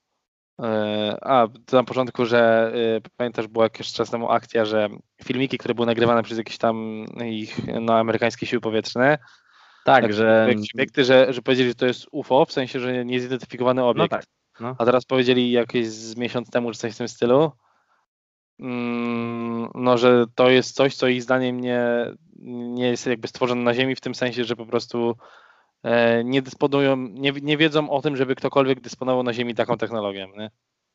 to na początku, że pamiętasz, była jakiś czas temu akcja, że filmiki, które były nagrywane przez jakieś tam ich amerykańskie siły powietrzne, tak, że obiekty, że powiedzieli, że to jest UFO, w sensie, że niezidentyfikowany obiekt. No tak. No. A teraz powiedzieli jakieś z miesiąc temu, czy coś w tym stylu, no, że to jest coś, co ich zdaniem nie jest jakby stworzone na Ziemi, w tym sensie, że po prostu nie dysponują, nie wiedzą o tym, żeby ktokolwiek dysponował na Ziemi taką technologią, nie?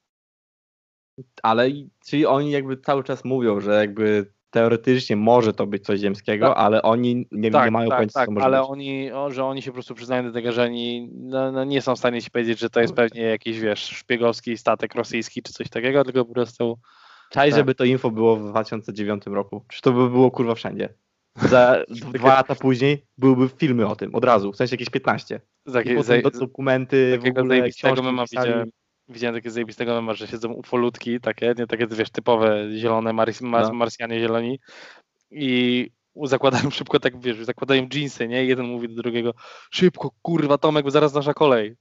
Ale czyli oni jakby cały czas mówią, że jakby teoretycznie może to być coś ziemskiego, tak. Ale oni nie mają pojęcia, co może ale być. że oni się po prostu przyznają do tego, że oni nie są w stanie ci powiedzieć, że to jest pewnie jakiś, wiesz, szpiegowski statek rosyjski czy coś takiego, tylko po prostu... Czaj, żeby to info było w 2009 roku. Czy to by było kurwa wszędzie? Za 2 lata później byłyby filmy o tym, od razu, w sensie jakieś 15. Dokumenty, takiego w ogóle książki widziałem takie zajebistego mema, że siedzą ufolutki, takie, nie takie, wiesz, typowe zielone, Marsjanie zieloni i zakładają szybko, tak wiesz, zakładają dżinsy, nie? Jeden mówi do drugiego, szybko, kurwa, Tomek, bo zaraz nasza kolej.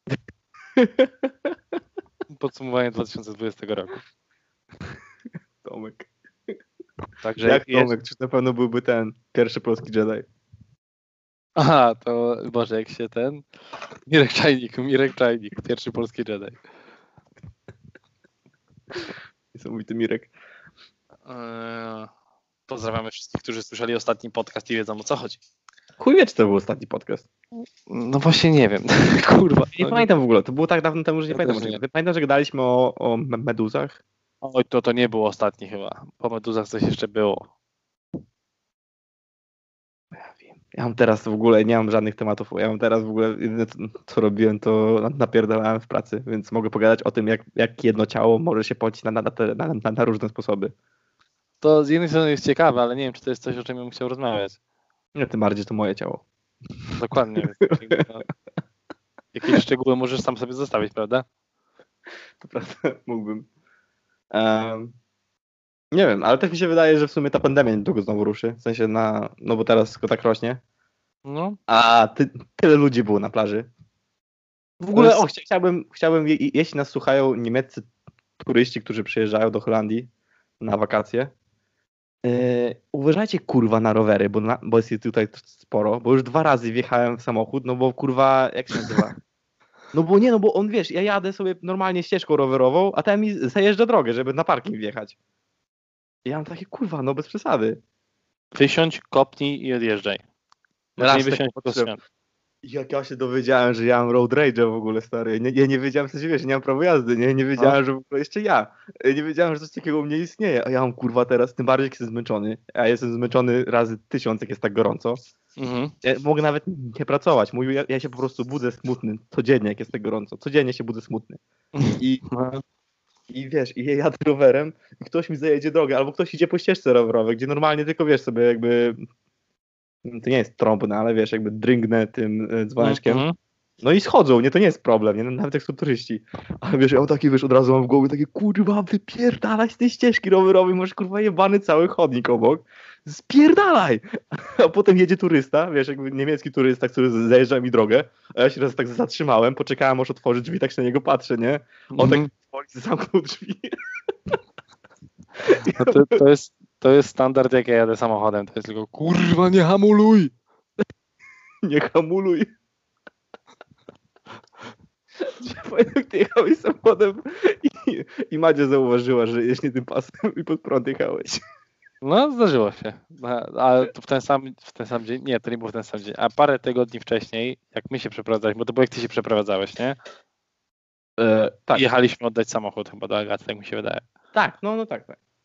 Podsumowanie 2020 roku. Tomek. Także jak Tomek, czy na pewno byłby ten pierwszy polski Jedi? Aha, to Boże, jak się ten... Mirek Czajnik, pierwszy polski Jedi. Niesamowity Mirek. Pozdrawiamy wszystkich, którzy słyszeli ostatni podcast i wiedzą, o co chodzi. Chuj wie, czy to był ostatni podcast. No właśnie nie wiem. Kurwa. Nie pamiętam w ogóle, to było tak dawno temu, że nie pamiętam. Nie. Pamiętam, że gadaliśmy o meduzach. Oj, to nie było ostatni chyba. Po meduzach coś jeszcze było. Ja wiem. Ja mam teraz w ogóle, nie mam żadnych tematów. Ja mam teraz w ogóle, jedyne co robiłem, to napierdalałem w pracy, więc mogę pogadać o tym, jak jedno ciało może się pocić na różne sposoby. To z jednej strony jest ciekawe, ale nie wiem, czy to jest coś, o czym bym chciał rozmawiać. Nie, tym bardziej to moje ciało. Dokładnie. Jakieś szczegóły możesz sam sobie zostawić, prawda? To prawda, mógłbym. Nie wiem, ale tak mi się wydaje, że w sumie ta pandemia niedługo znowu ruszy. W sensie no bo teraz tylko tak rośnie. No. A tyle ludzi było na plaży. W ogóle chciałbym, jeśli nas słuchają niemieccy turyści, którzy przyjeżdżają do Holandii na wakacje, uważajcie kurwa na rowery, bo jest ich tutaj sporo, bo już 2 razy wjechałem w samochód, no bo kurwa, jak się nazywa? No bo on, wiesz, ja jadę sobie normalnie ścieżką rowerową, a ten mi zajeżdża drogę, żeby na parking wjechać. I ja mam takie, kurwa, no bez przesady. Wysiądź, kopnij i odjeżdżaj. Raz wysiąść po Jak ja się dowiedziałem, że ja mam road rage w ogóle, stary. Ja nie wiedziałem, w sensie, wiesz, nie mam prawa jazdy, nie wiedziałem, że w ogóle jeszcze ja. Nie wiedziałem, że coś takiego u mnie istnieje, a ja mam kurwa teraz, tym bardziej jak jestem zmęczony. Ja jestem zmęczony razy 1000, jak jest tak gorąco. Ja mogę nawet nie pracować. Ja się po prostu budzę smutny codziennie, jak jest tak gorąco. Codziennie się budzę smutny. I wiesz, i ja jadę rowerem i ktoś mi zajedzie drogę, albo ktoś idzie po ścieżce rowerowej, gdzie normalnie tylko, wiesz, sobie jakby... To nie jest trąbne, ale wiesz, jakby dryngnę tym dzwoneczkiem. No i schodzą, nie, to nie jest problem, nie? Nawet jak są turyści. Ale wiesz, ja taki, wiesz, od razu mam w głowie takie, kurwa, wypierdalaj z tej ścieżki rowerowej, masz kurwa jebany cały chodnik obok. Spierdalaj! A potem jedzie turysta, wiesz, jakby niemiecki turysta, który zajeżdża mi drogę, a ja się raz tak zatrzymałem, poczekałem, aż otworzy drzwi, tak się na niego patrzę, nie? On tak zamknął drzwi. No to jest standard, jak ja jadę samochodem, to jest tylko, kurwa, nie hamuluj! Nie hamuluj. Pamiętam, ty jechałeś samochodem i Madzia zauważyła, że jedziesz nie tym pasem i pod prąd jechałeś. No, zdarzyło się. Ale to w ten sam dzień, nie, to nie było w ten sam dzień, a parę tygodni wcześniej, jak my się przeprowadzaliśmy, bo to było jak ty się przeprowadzałeś, nie? Tak. Jechaliśmy oddać samochód chyba do Agaty, tak mi się wydaje. Tak, no tak.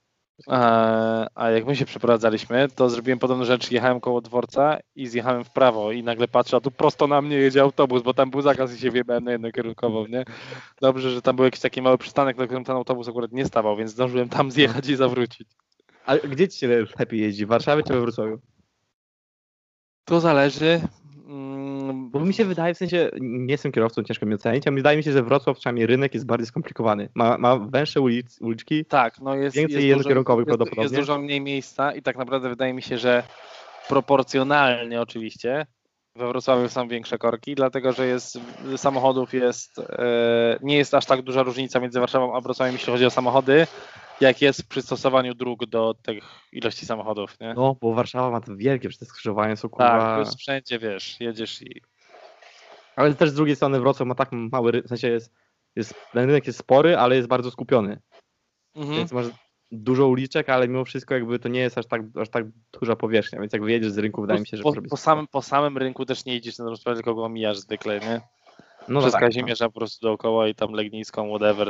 A jak my się przeprowadzaliśmy, to zrobiłem podobną rzecz, jechałem koło dworca i zjechałem w prawo i nagle patrzę, a tu prosto na mnie jedzie autobus, bo tam był zakaz i się wjebałem na jednokierunkową, nie? Dobrze, że tam był jakiś taki mały przystanek, na którym ten autobus akurat nie stawał, więc zdążyłem tam zjechać i zawrócić. A gdzie ci się lepiej jeździ? W Warszawie czy we Wrocławiu? To zależy. Bo mi się wydaje, w sensie, nie jestem kierowcą, ciężko mi ocenić, ale wydaje mi się, że Wrocław, przynajmniej rynek, jest bardziej skomplikowany. Ma węższe uliczki, tak, no jest więcej jednokierunkowych prawdopodobnie. Jest dużo mniej miejsca i tak naprawdę wydaje mi się, że proporcjonalnie oczywiście we Wrocławiu są większe korki, dlatego że samochodów nie jest aż tak duża różnica między Warszawą a Wrocławiem, jeśli chodzi o samochody, jak jest w przystosowaniu dróg do tych ilości samochodów, nie? No, bo Warszawa ma to wielkie, przecież te skrzyżowania są kurwa... Tak, już wszędzie, wiesz, jedziesz i... Ale też z drugiej strony Wrocław ma tak mały rynek, w sensie ten rynek jest spory, ale jest bardzo skupiony. Więc masz dużo uliczek, ale mimo wszystko jakby to nie jest aż tak duża powierzchnia, więc jak wyjedziesz z rynku, wydaje mi się, że... Po samym rynku też nie jedziesz na Wrocław, tylko go mijasz zwykle, nie? No przez tak, Kazimierza po prostu dookoła i tam Legnicką, whatever.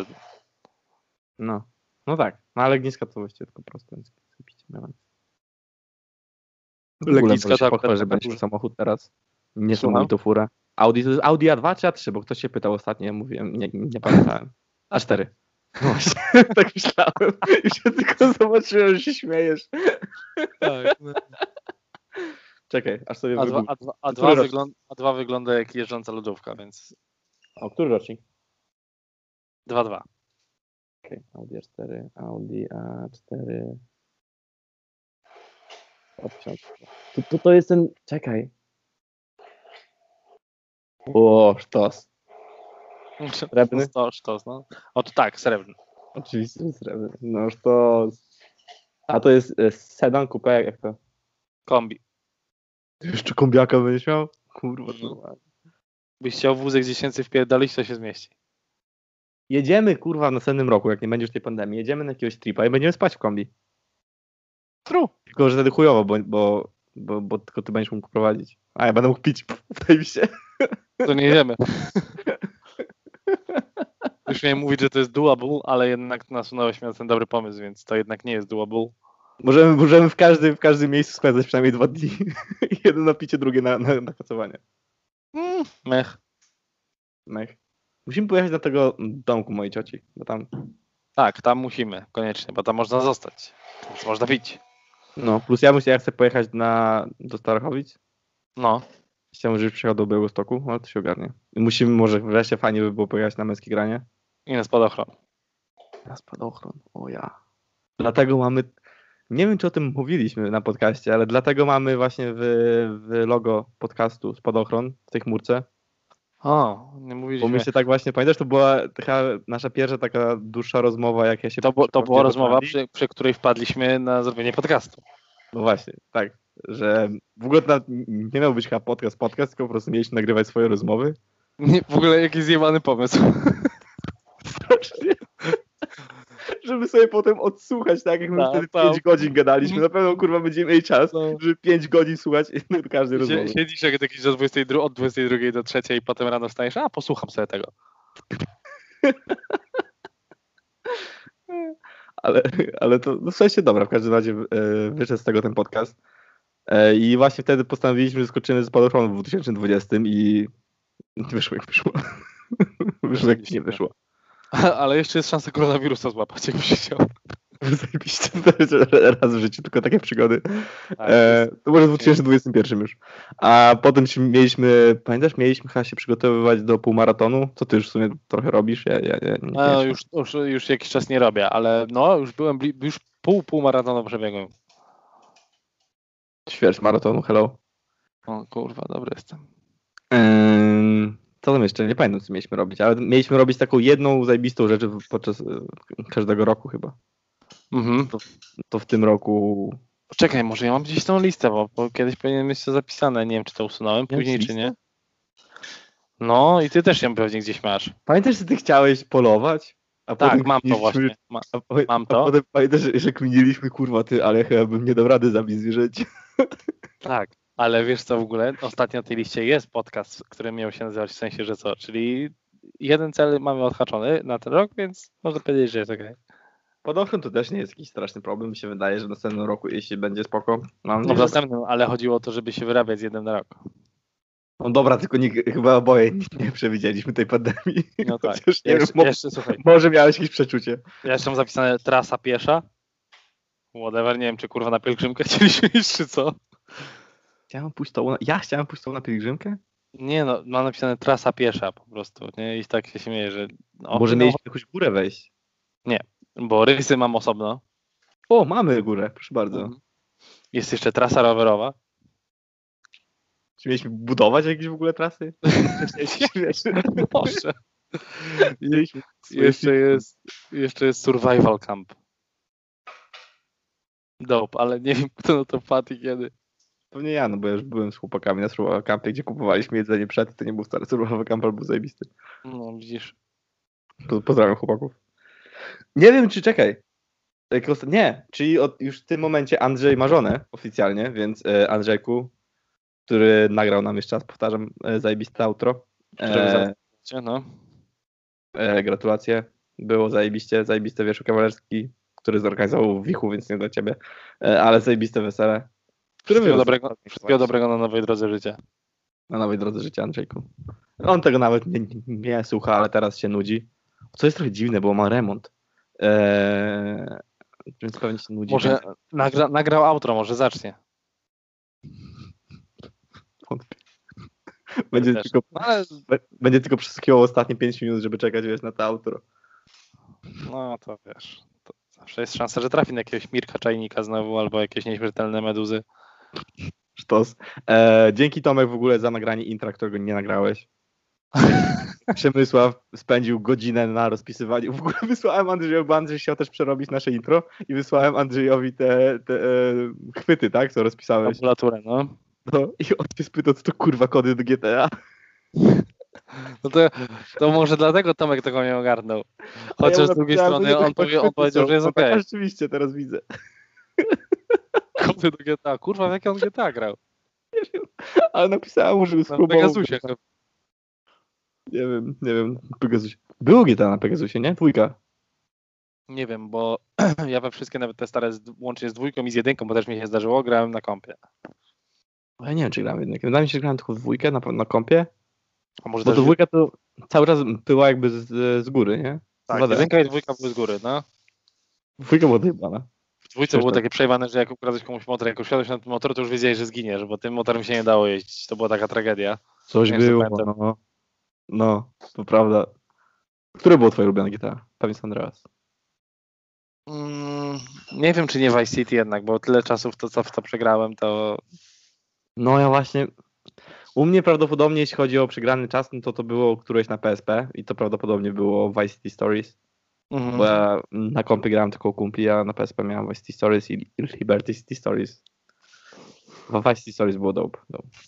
No tak, no ale Legnicka to właściwie tylko prosto, więc Legnicka to pochwalę, że będzie samochód teraz. Nie są to fura. Audi to jest Audi A2 czy A3, bo ktoś się pytał ostatnio, ja mówiłem, nie pamiętałem. A4. No właśnie, tak myślałem. I się tylko zobaczyłem, że się śmiejesz. Tak. No. Czekaj, aż sobie A2 wygląda jak jeżdżąca lodówka, więc... O, który rocznik? 2.2. Okej, Audi A4, Audi A4. To jest ten... Czekaj. O, sztos. Srebrny? Sztos, no. O, to tak, srebrny. Oczywiście srebrny. No, sztos. A to jest sedan, coupe, jak to? Kombi. Jeszcze kombiaka będziesz miał? Kurwa, to Byś chciał wózek 10 wpierdolić, to się zmieści. Jedziemy, kurwa, w następnym roku, jak nie będzie już tej pandemii, jedziemy na jakiegoś tripa i będziemy spać w kombi. True. Tylko, że wtedy chujowo, bo tylko ty będziesz mógł prowadzić. A ja będę mógł pić. Daj mi się. To nie jedziemy. Już miałem mówić, że to jest doable, ale jednak nasunąłeś mi na ten dobry pomysł, więc to jednak nie jest doable. Możemy w każdym miejscu spędzać przynajmniej 2 dni. Jedno na picie, drugie na pracowanie. Mech. Musimy pojechać do tego domku mojej cioci, bo tam... Tak, tam musimy, koniecznie, bo tam można zostać. Więc można pić. No, plus ja chcę pojechać do Starachowic. No. Chciałbym, żebyś przyjechał do Białegostoku, ale to się ogarnie. I musimy, może wreszcie fajnie by było pojechać na męskie granie. I na spadochron. Na spadochron, o ja. Dlatego mamy, nie wiem czy o tym mówiliśmy na podcaście, ale dlatego mamy właśnie w logo podcastu spadochron w tej chmurce. O, nie Bo mówiliśmy. my się tak właśnie, pamiętasz, to była chyba nasza pierwsza taka dłuższa rozmowa, jak ja się... To była rozmowa, przy której wpadliśmy na zrobienie podcastu. No właśnie, tak, że w ogóle nie miał być chyba podcast, tylko po prostu mieliśmy nagrywać swoje rozmowy. Nie, w ogóle jakiś zjebany pomysł. Strasznie. Żeby sobie potem odsłuchać, tak jak my wtedy 5 godzin gadaliśmy. Na pewno, kurwa, będziemy mieli czas, żeby 5 godzin słuchać każdej rozmowy. Siedzisz jak jakiś od 22 do 3 i potem rano wstajesz, posłucham sobie tego. Ale to w sensie dobra, w każdym razie wyszedł z tego ten podcast. I właśnie wtedy postanowiliśmy, że skoczymy z spadochronu w 2020 i wyszło jak wyszło. Wyszło jak nie wyszło. Ale jeszcze jest szansa koronawirusa złapać, jakby się chciał. Zajebiście, raz w życiu, tylko takie przygody. Tak, to może w 2021 już. A potem mieliśmy, pamiętasz, mieliśmy chyba się przygotowywać do półmaratonu, co ty już w sumie trochę robisz? Już jakiś czas nie robię, ale no już byłem, już pół maratonu przebiegłem. Ćwierć maratonu, hello. O kurwa, dobry jestem. Co tam jeszcze? Nie pamiętam, co mieliśmy robić, ale mieliśmy robić taką jedną zajebistą rzecz podczas każdego roku chyba. Mhm. To w tym roku... Czekaj, może ja mam gdzieś tą listę, bo kiedyś powinien mieć to zapisane. Nie wiem, czy to usunąłem później, czy nie. No i ty też ją pewnie gdzieś masz. Pamiętasz, że ty chciałeś polować? A tak, potem mam to właśnie. Mam to. A potem pamiętasz, że kminiliśmy, kurwa, ale chyba bym nie dał rady zabić zwierzęcia. Tak, ale wiesz co w ogóle? Ostatnio na tej liście jest podcast, który miał się nazywać w sensie, że co? Czyli jeden cel mamy odhaczony na ten rok, więc można powiedzieć, że jest okej. Podochron to też nie jest jakiś straszny problem. Mi się wydaje, że w następnym roku, jeśli będzie spoko. No w następnym, ale chodziło o to, żeby się wyrabiać z jednym na rok. No dobra, tylko chyba oboje nie przewidzieliśmy tej pandemii. No tak. Nie wiem, słuchaj. Może miałeś jakieś przeczucie. Ja jeszcze mam zapisane trasa piesza. Whatever, nie wiem, czy kurwa na pielgrzymkę chcieliśmy iść, czy co? Ja chciałem pójść na pielgrzymkę? Nie no, mam napisane trasa piesza po prostu, nie? I tak się śmieję, że... Może mieliśmy jakąś górę wejść? Nie, bo rysy mam osobno. O, mamy górę, proszę bardzo. Jest jeszcze trasa rowerowa. Czy mieliśmy budować jakieś w ogóle trasy? Może. Jeszcze jest survival camp. Dope, ale nie wiem, kto na to wpadł i kiedy. Pewnie ja, no bo ja już byłem z chłopakami na survival campie, gdzie kupowaliśmy jedzenie przed, to nie był stary survival camp, ale był zajebisty. No widzisz. Pozdrawiam chłopaków. Nie wiem, czy czekaj. Nie, czyli już w tym momencie Andrzej ma żonę oficjalnie, więc Andrzejku, który nagrał nam jeszcze raz, powtarzam, zajebiste outro. No. Gratulacje. Było zajebiste wieczór kawalerski, który zorganizował w Wichu, więc nie dla ciebie, ale zajebiste wesele. Wszystkiego dobrego na nowej drodze życia. Na nowej drodze życia, Andrzejku. On tego nawet nie słucha, ale teraz się nudzi. Co jest trochę dziwne, bo ma remont. Więc pewnie się nudzi. Może nagrał outro, może zacznie. Będzie tylko przesłuchiwał ostatnie 5 minut, żeby czekać na to outro. No to wiesz. To zawsze jest szansa, że trafi na jakiegoś Mirka Czajnika znowu albo jakieś nieśmiertelne meduzy. Sztos. Dzięki Tomek w ogóle za nagranie intra, którego nie nagrałeś. Przemysław spędził godzinę na rozpisywaniu. W ogóle wysłałem Andrzejowi, bo Andrzej chciał też przerobić nasze intro i wysłałem Andrzejowi te chwyty, tak, co rozpisałeś. Tabulaturę, no. I on się spytał, co to kurwa kody do GTA. No to może dlatego Tomek tego nie ogarnął. Chociaż z drugiej strony on powiedział, że jest okej. Tak, rzeczywiście, teraz widzę. Kody do GTA. Kurwa, w jakie on GTA grał? Nie wiem, ale napisałem, żeby spróbował. Na Pegasusie. Nie wiem, Pegasusie. Było GTA na Pegasusie, nie? 2. Nie wiem, bo ja we wszystkie, nawet te stare, łącznie z 2 i z 1, bo też mi się zdarzyło, grałem na kompie. Ja nie wiem, czy grałem w 1. Wydaje mi się, że grałem tylko w 2 na kompie. A może bo to 2 to cały czas była jakby z góry, nie? Tak, 1 i 2 były z góry, no. 2 była dojebana. W dwójce było takie przejwane, że jak ukradłeś komuś motor, jak usiadłeś na ten motor, to już wiedziałeś, że zginiesz, bo tym motorem się nie dało jeździć. To była taka tragedia. Coś Nie było, pamiętam. no, to prawda. Które było twoje ulubione GTA? Pewnie San Andreas. Nie wiem, czy nie Vice City jednak, bo tyle czasu w to przegrałem, to... No ja właśnie... U mnie prawdopodobnie, jeśli chodzi o przegrany czas, no to było któreś na PSP i to prawdopodobnie było Vice City Stories. Bo ja na kompie grałem tylko u kumpli, a na PSP miałem Vice City Stories i Liberty City Stories. Bo Vice City Stories było dope.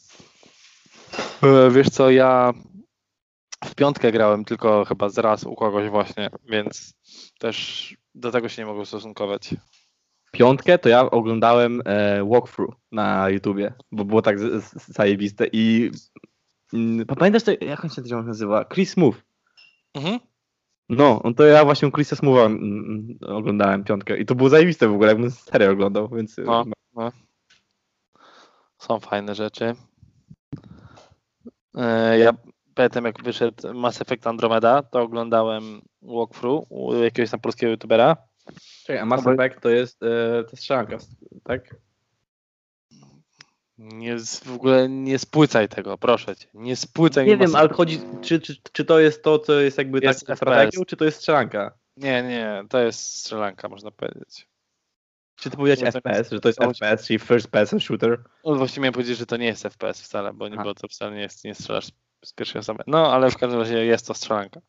Wiesz co, ja w piątkę grałem tylko chyba raz u kogoś właśnie, więc też do tego się nie mogę ustosunkować. Piątkę to ja oglądałem walkthrough na YouTubie, bo było tak zajebiste i pamiętasz to, jak on się nazywa? Chris Smooth. No to ja właśnie Chrisa Smootha oglądałem piątkę i to było zajebiste w ogóle, jakbym serię oglądał, więc... No. Są fajne rzeczy. Ja pamiętam, jak wyszedł Mass Effect Andromeda, to oglądałem walkthrough u jakiegoś tam polskiego youtubera. Czekaj, a Mass Effect to jest strzelanka, tak? W ogóle nie spłycaj tego, proszę cię. Nie spłycaj mi. Nie wiem, ale chodzi, czy to jest to, co jest jakby jest tak strategią, czy to jest strzelanka? Nie, to jest strzelanka, można powiedzieć. Czy ty powiedziałeś FPS, że to jest FPS, czyli First Person Shooter? No właściwie miałem powiedzieć, że to nie jest FPS wcale, bo to wcale nie strzelasz z pierwszej osoby. No, ale w każdym razie jest to strzelanka.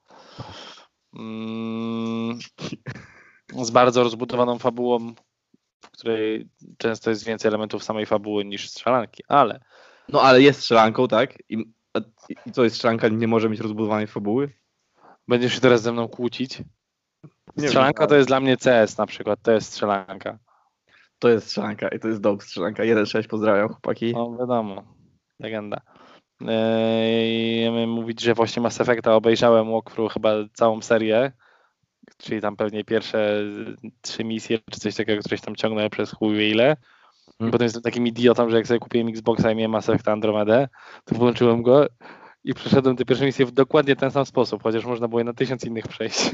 Z bardzo rozbudowaną fabułą, w której często jest więcej elementów samej fabuły niż strzelanki, ale... No, ale jest strzelanką, tak? I co jest strzelanka, nie może mieć rozbudowanej fabuły? Będziesz się teraz ze mną kłócić? Strzelanka to jest dla mnie CS na przykład, to jest strzelanka. To jest strzelanka i to jest dope strzelanka. 1.6, pozdrawiam chłopaki. No wiadomo, legenda. Ja miałem mówić, że właśnie Mass Effecta obejrzałem walkthrough chyba całą serię, czyli tam pewnie pierwsze 3 misje czy coś takiego, któreś tam ciągnę przez chuj wie ile. I potem jestem takim idiotą, że jak sobie kupiłem Xboxa i miałem Mass Effect Andromedę, to włączyłem go i przeszedłem te pierwsze misje w dokładnie ten sam sposób, chociaż można było je na 1000 innych przejść.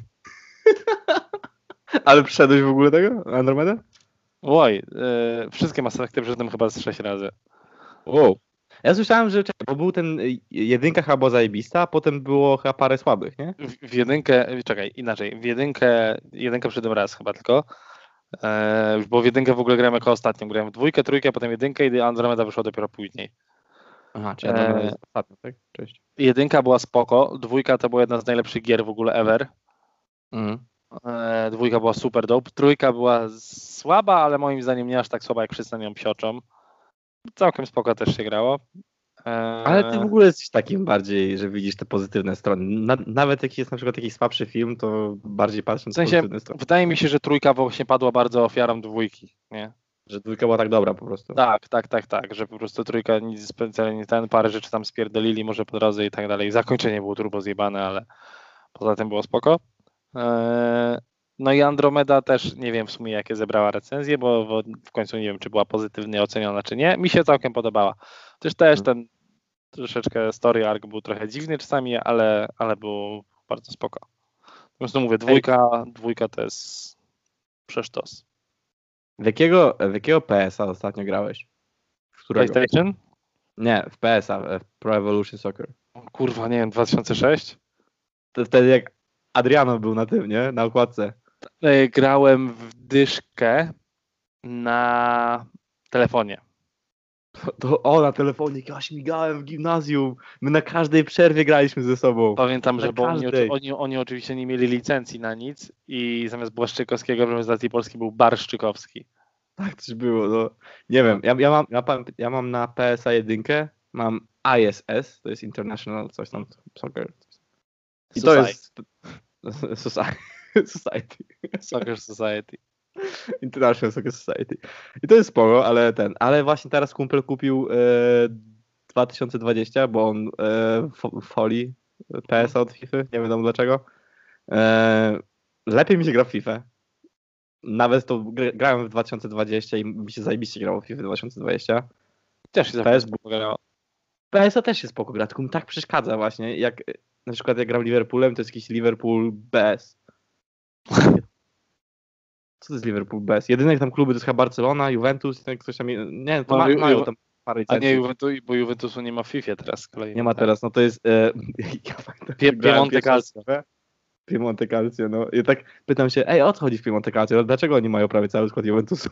Ale przeszedłeś w ogóle tego? Andromedę? Oj, wszystkie Mass Effecty przeszedłem chyba z 6 razy. Wow. Ja słyszałem, że bo był ten jedynka chyba była zajebista, a potem było chyba parę słabych, nie? W jedynkę, czekaj, inaczej, w jedynkę przeszedłem raz chyba tylko, bo w jedynkę w ogóle grałem jako ostatnią, grałem w dwójkę, trójkę, a potem jedynkę i Andromeda wyszła dopiero później. Aha, czyli Andromeda jest ostatnia, tak? Cześć. Jedynka była spoko, dwójka to była jedna z najlepszych gier w ogóle ever. Dwójka była super dope, trójka była słaba, ale moim zdaniem nie aż tak słaba, jak wszyscy na nią psioczą. Całkiem spoko też się grało. Ale ty w ogóle jesteś takim bardziej, że widzisz te pozytywne strony. Nawet jak jest na przykład jakiś słabszy film, to bardziej patrzę na pozytywne strony. Wydaje mi się, że trójka właśnie padła bardzo ofiarą dwójki, nie? Że dwójka była tak dobra po prostu. Tak, że po prostu trójka nic specjalnie parę rzeczy tam spierdolili, może po drodze i tak dalej. Zakończenie było turbo zjebane, ale poza tym było spoko. No i Andromeda też nie wiem w sumie jakie zebrała recenzje, bo w końcu nie wiem czy była pozytywnie oceniona czy nie. Mi się całkiem podobała. też ten troszeczkę story arc był trochę dziwny czasami, ale był bardzo spoko. Po prostu mówię, dwójka to jest przesztos. W jakiego PS-a ostatnio grałeś? W którego? PlayStation? Nie, w PS-a, w Pro Evolution Soccer. Kurwa, nie wiem, 2006? To wtedy jak Adriano był na tym, nie? Na okładce. Grałem w dyszkę na telefonie. Na telefonie, ja śmigałem w gimnazjum. My na każdej przerwie graliśmy ze sobą. Pamiętam, że bo oni oczywiście nie mieli licencji na nic i zamiast Błaszczykowskiego w reprezentacji Polski był Barszczykowski. Tak też było, no. Nie wiem, ja mam na PSA 1, mam ISS, to jest International coś tam, Soccer. I to jest Society. Soccer Society. International Soccer Society. I to jest sporo, ale właśnie teraz kumpel kupił 2020, bo on woli PS od FIFA, nie wiem dlaczego. Lepiej mi się gra w FIFA. Nawet to grałem w 2020 i mi się zajebiście grało w FIFA 2020. Też się grało. PSA też się spoko gra, tylko mi tak przeszkadza właśnie, jak na przykład jak gram Liverpoolem, to jest jakiś Liverpool BS. Co to jest Liverpool bez? Jedyne tam kluby to jest chyba Barcelona, Juventus, ktoś tam, nie, to mają tam parę licencji. A nie, bo Juventusu nie ma w FIFA teraz z kolei. Nie ma teraz, no to jest Piemonte Calcio. Piemonte Calcio, no. I tak pytam się, o co chodzi w Piemonte Calcio? Dlaczego oni mają prawie cały skład Juventusu?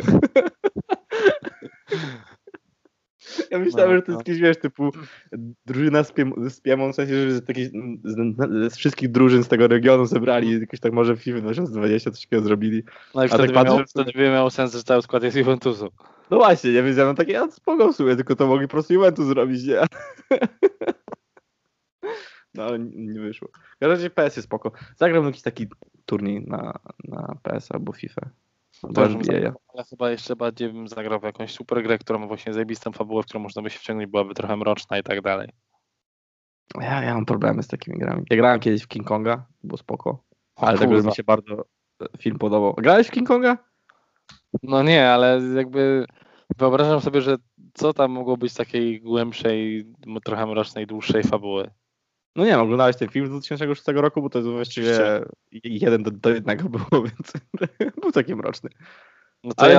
Ja myślałem, że to jest jakiś, wiesz, typu drużyna z Piemont, w sensie, że jakieś, z wszystkich drużyn z tego regionu zebrali, jakoś tak może w FIFA 2020 coś takiego zrobili. No i wtedy by miało sens, że cały skład jest Juventusu. No właśnie, ja wiedziałem takie, spoko w sumie, tylko to mogli po prostu Juventus zrobić, nie? No ale nie wyszło. W każdym razie PS jest spoko. Zagram jakiś taki turniej na PS albo FIFA. Ale chyba jeszcze bardziej bym zagrał w jakąś super grę, która ma właśnie zajebistą fabułę, w którą można by się wciągnąć, byłaby trochę mroczna i tak dalej. Ja mam problemy z takimi grami. Ja grałem kiedyś w King Konga, było spoko, ale tego mi się bardzo film podobał. Grałeś w King Konga? No nie, ale jakby wyobrażam sobie, że co tam mogło być takiej głębszej, trochę mrocznej, dłuższej fabuły. No nie wiem, oglądałeś ten film z 2006 roku, bo to jest właściwie 1:1 było, więc był taki mroczny. No to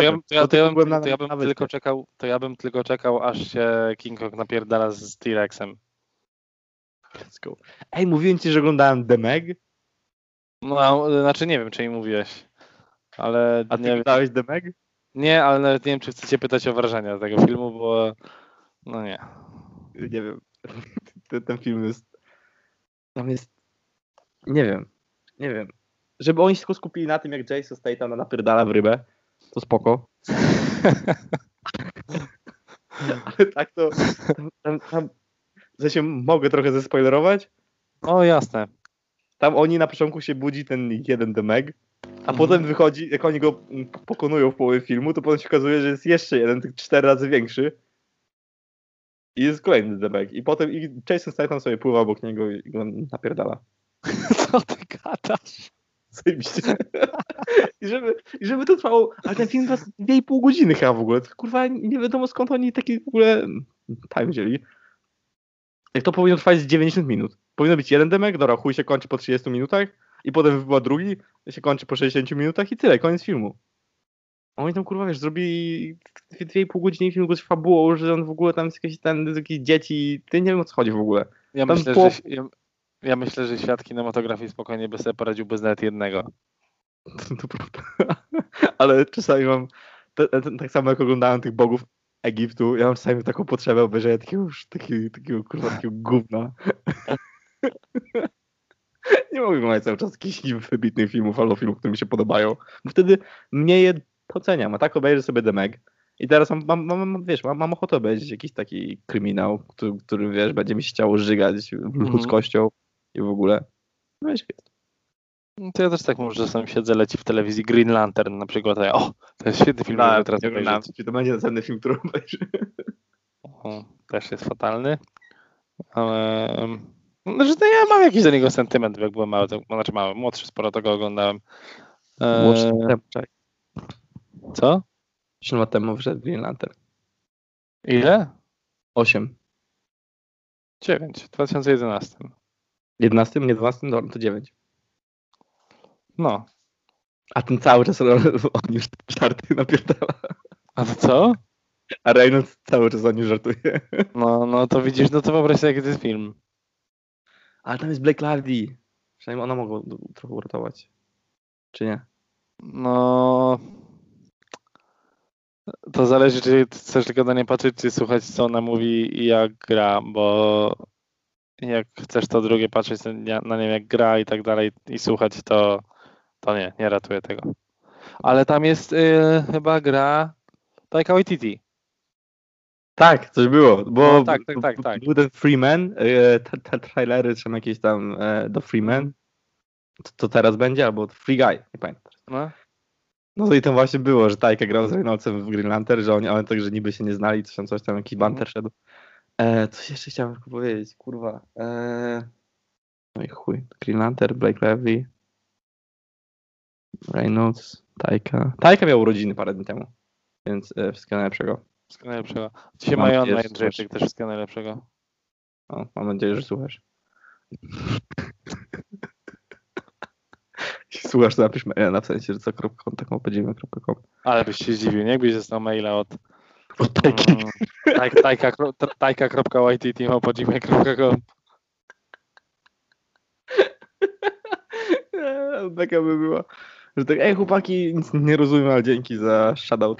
ja bym tylko czekał, aż się King Kong napierdala z T-Rexem. Let's go. Ej, mówiłem ci, że oglądałem The Meg? No, znaczy nie wiem, czy mi mówiłeś, ale... A ty oglądałeś The Meg? Nie, ale nawet nie wiem, czy chcecie pytać o wrażenia z tego filmu, bo... No nie. Nie wiem. Ten film jest... Tam jest... Nie wiem. Żeby oni się tylko skupili na tym, jak Jason Statham napierdala w rybę, to spoko. Ale tak to... Tam w sensie mogę trochę zespoilerować? O, jasne. Tam oni na początku się budzi ten jeden The Meg, a potem wychodzi, jak oni go pokonują w połowie filmu, to potem się okazuje, że jest jeszcze jeden, tych 4 razy większy. I jest kolejny The Meg. I potem Jason Statham sobie pływa obok niego i go napierdala. Co ty gadasz? Zajebiście. I żeby to trwało, ale ten film trwa 2,5 godziny chyba w ogóle. To, kurwa, nie wiadomo skąd oni taki w ogóle time wzięli. Jak to powinno trwać 90 minut. Powinno być jeden demek, dobra, chuj się kończy po 30 minutach i potem wybywa drugi, się kończy po 60 minutach i tyle, koniec filmu. Oni tam, kurwa, wiesz, zrobili 2,5 godziny film z fabułą, że on w ogóle tam jest jakieś dzieci, ty nie wiem o co chodzi w ogóle. Ja myślę, że świat kinematografii spokojnie by sobie poradził bez nawet jednego. To prawda. Ale czasami mam, tak samo jak oglądałem tych bogów Egiptu, ja mam czasami taką potrzebę obejrzenia takiego gówna. Nie mogę oglądać cały czas jakichś wybitnych filmów albo filmów, które mi się podobają, bo wtedy mniej je doceniam, a tak obejrzę sobie The Meg i teraz mam ochotę obejrzeć jakiś taki kryminał, który wiesz, będzie mi się chciało żygać ludzkością i w ogóle. No jest. To ja też tak może czasem siedzę, leci w telewizji Green Lantern na przykład. To jest świetny film, który teraz obejrzeć. Czy to będzie następny film, który obejrzę? Też jest fatalny. Ale... Znaczy, ja mam jakiś do niego sentyment, jak byłem mały. Znaczy mały, młodszy, sporo tego oglądałem. Młodszy Co? 3 lat temu wszedł Green Lantern. Ile? 8. 9. W 2011. 11? Nie 12? No, to 9. No. A ten cały czas on już żarty napierdala. A to co? A Reynolds cały czas o nim żartuje. No to widzisz, no to wyobraź sobie, jaki to jest film. Ale tam jest Blake Lively. Przynajmniej ona mogła trochę uratować. Czy nie? No... To zależy, czy chcesz tylko na nie patrzeć, czy słuchać, co ona mówi i jak gra, bo jak chcesz to drugie patrzeć na nie, jak gra i tak dalej i słuchać, to nie ratuje tego. Ale tam jest chyba gra Taika Waititi. Tak, coś było, bo tak. był ten Freeman, te trailery czy jakieś tam do Freeman, to teraz będzie, albo Free Guy, nie pamiętam. No to i tam właśnie było, że Taika grał z Reynoldsem w Green Lantern, że oni także niby się nie znali, coś tam jakiś banter szedł. Coś jeszcze chciałem tylko powiedzieć, kurwa. No i chuj, Green Lantern, Blake Lively, Reynolds, Taika. Taika miał urodziny parę dni temu, więc wszystkiego najlepszego. Wszystkiego najlepszego. Dzisiaj mają online rzeczy, też wszystkiego najlepszego. Mam nadzieję, że słuchasz. Słuchasz, to napisz maila na w sensie, że co.kontakt@gmail.com. Ale byś się zdziwił, nie? Jakbyś dostał maila od Taki. tajka.ytt@gmail.com. Taka by była. Że tak, chłopaki, nic nie rozumiem, ale dzięki za shoutout.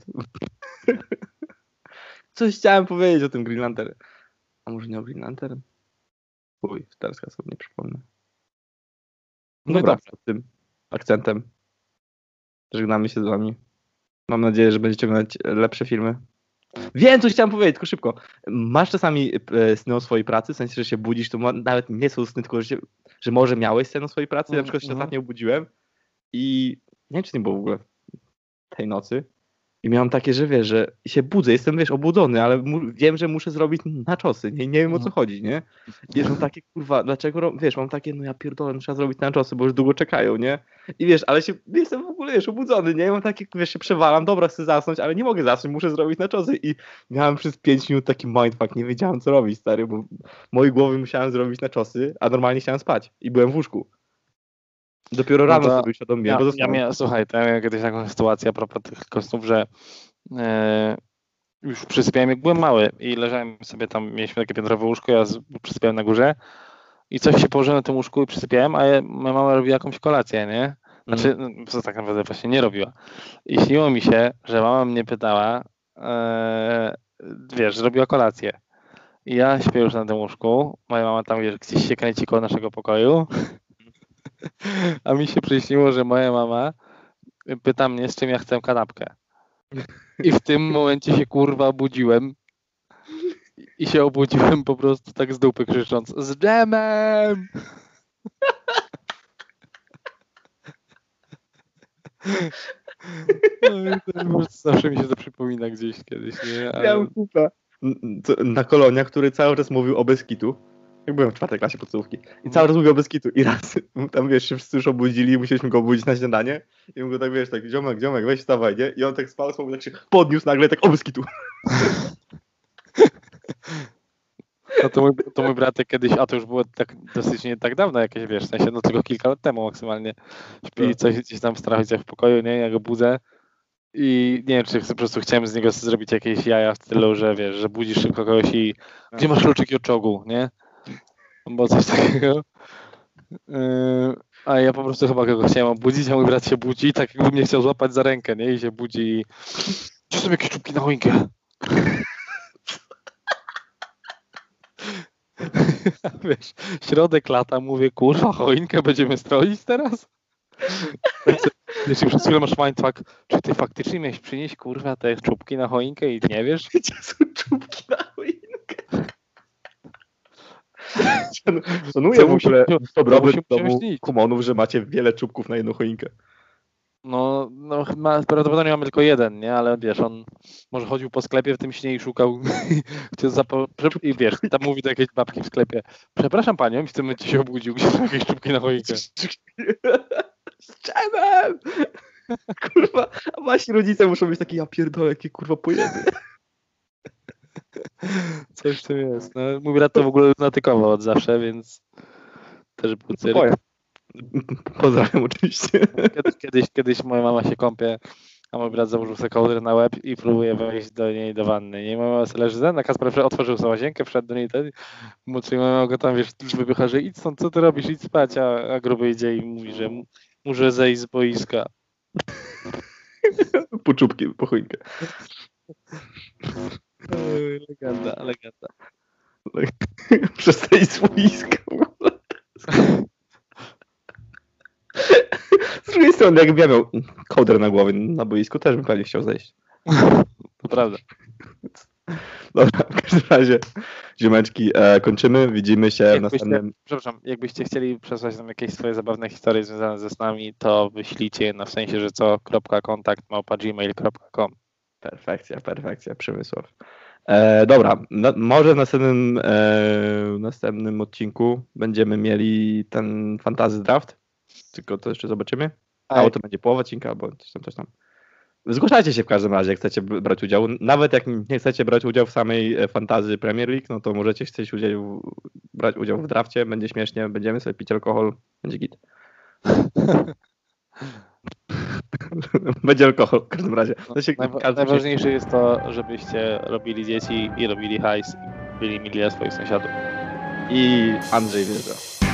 Coś chciałem powiedzieć o tym Green Lantern. A może nie o Green Lantern? teraz ja sobie nie przypomnę. No Dobra, dobrze. z tym akcentem żegnamy się z wami. Mam nadzieję, że będziecie oglądać lepsze filmy. Wiem, coś chciałem powiedzieć, tylko szybko. Masz czasami sny o swojej pracy, w sensie, że się budzisz, to nawet nie są sny, tylko że może miałeś sen o swojej pracy. Na przykład się ostatnio obudziłem i nie wiem, czy nie było w ogóle tej nocy. I miałem takie, że wiesz, że się budzę, jestem, wiesz, obudzony, ale wiem, że muszę zrobić naczosy, nie wiem o co chodzi, nie? I wiesz, mam takie, kurwa, dlaczego, wiesz, mam takie, no ja pierdolę, trzeba zrobić naczosy, bo już długo czekają, nie? I wiesz, ale jestem w ogóle, wiesz, obudzony, nie? Mam takie, wiesz, się przewalam, dobra, chcę zasnąć, ale nie mogę zasnąć, muszę zrobić naczosy i miałem przez 5 minut taki mindfuck, nie wiedziałem co robić, stary, bo w mojej głowie musiałem zrobić naczosy, a normalnie chciałem spać i byłem w łóżku. Dopiero rano sobie uświadomiłem, Słuchaj, to ja miałem kiedyś taką sytuację a propos tych kostów, że już przysypiałem, jak byłem mały i leżałem sobie tam, mieliśmy takie piętrowe łóżko, ja przysypiałem na górze i coś się położyłem na tym łóżku i przysypiałem, a moja mama robiła jakąś kolację, nie? Znaczy, co tak naprawdę właśnie nie robiła. I śniło mi się, że mama mnie pytała, wiesz, robiła kolację. I ja śpię już na tym łóżku, moja mama tam, wiesz, gdzieś się kręci koło naszego pokoju, a mi się przyśniło, że moja mama pyta mnie, z czym ja chcę kanapkę. I w tym momencie się kurwa obudziłem. I się obudziłem po prostu tak z dupy krzycząc: z dżemem! No i zawsze mi się to przypomina gdzieś kiedyś, nie? Ale... Miałem kupę na koloniach, który cały czas mówił o Beskitu. Jak byłem w 4. klasie podstawówki. I cały czas mówił o Beskitu. I raz tam, wiesz, się wszyscy już obudzili i musieliśmy go obudzić na śniadanie. I on go tak, wiesz, tak, ziomek, weź wstawaj, nie? I on tak spał, tak się podniósł nagle, tak o Beskitu. No to mój bratek kiedyś, a to już było tak dosyć nie tak dawno jakieś, wiesz, w sensie, no tylko kilka lat temu maksymalnie. Śpi coś gdzieś tam w strachu w pokoju, nie? Ja go budzę. I nie wiem, czy po prostu chciałem z niego zrobić jakieś jaja w stylu, że wiesz, że budzisz szybko kogoś i gdzie masz kluczyki od czołgu, nie? Bo coś takiego. A ja po prostu chyba go chciałem obudzić, a mój brat się budzi i tak jakby mnie chciał złapać za rękę, nie? I się budzi i gdzie są jakieś czubki na choinkę? Wiesz, środek lata, mówię, kurwa, choinkę będziemy stroić teraz? Jeśli przez chwilę masz mindfuck, czy ty faktycznie miałeś przynieść, kurwa, te czubki na choinkę i nie wiesz? Gdzie są czubki na choinkę? Szanuję w ogóle dobrobyt domu kumonów, że macie wiele czubków na jedną choinkę. No prawdopodobnie mamy tylko jeden, nie? Ale wiesz, on może chodził po sklepie w tym śnie i szukał i wiesz, tam mówi do jakiejś babki w sklepie: przepraszam panią, i w tym momencie się obudził, gdzie są jakieś czubki na choinkę. Z dżemem! Kurwa, a wasi rodzice muszą być takie, ja pierdolę, jakie kurwa pojedy. Coś w tym jest. No, mój brat to w ogóle lunatykował od zawsze, więc też był cyrk. Pozdrawiam oczywiście. Kiedyś moja mama się kąpie, a mój brat założył sobie kołdrę na łeb i próbuje wejść do niej do wanny. Nie, moja mama sobie leży na Kasper otworzył sobie łazienkę, wszedł do niej ten, młodszy mama go tam, wiesz, wypycha, że idź stąd, co ty robisz, idź spać, a gruby idzie i mówi, że muszę zejść z boiska. Po czubki, po choinkę. Legenda. Przestań z boiska. Z drugiej strony, jakbym ja miał kołdrę na głowie na boisku, też bym pewnie chciał zejść. To prawda. Dobra, w każdym razie, ziomeczki, kończymy, widzimy się w następnym... Przepraszam, jakbyście chcieli przesłać nam jakieś swoje zabawne historie związane ze snami, to wyślijcie je w sensie, że co.kontakt@gmail.com. Perfekcja, Przemysław. Dobra, może w następnym odcinku będziemy mieli ten fantasy draft, tylko to jeszcze zobaczymy. Albo to będzie połowa odcinka, albo coś tam. Zgłaszajcie się w każdym razie, jak chcecie brać udział. Nawet jak nie chcecie brać udziału w samej fantasy Premier League, no to możecie chcieć brać udział w drafcie, będzie śmiesznie, będziemy sobie pić alkohol, będzie git. Będzie alkohol w każdym razie. Najważniejsze jest to, żebyście robili dzieci i robili hajs i byli mili dla swoich sąsiadów. I Andrzej wierzę.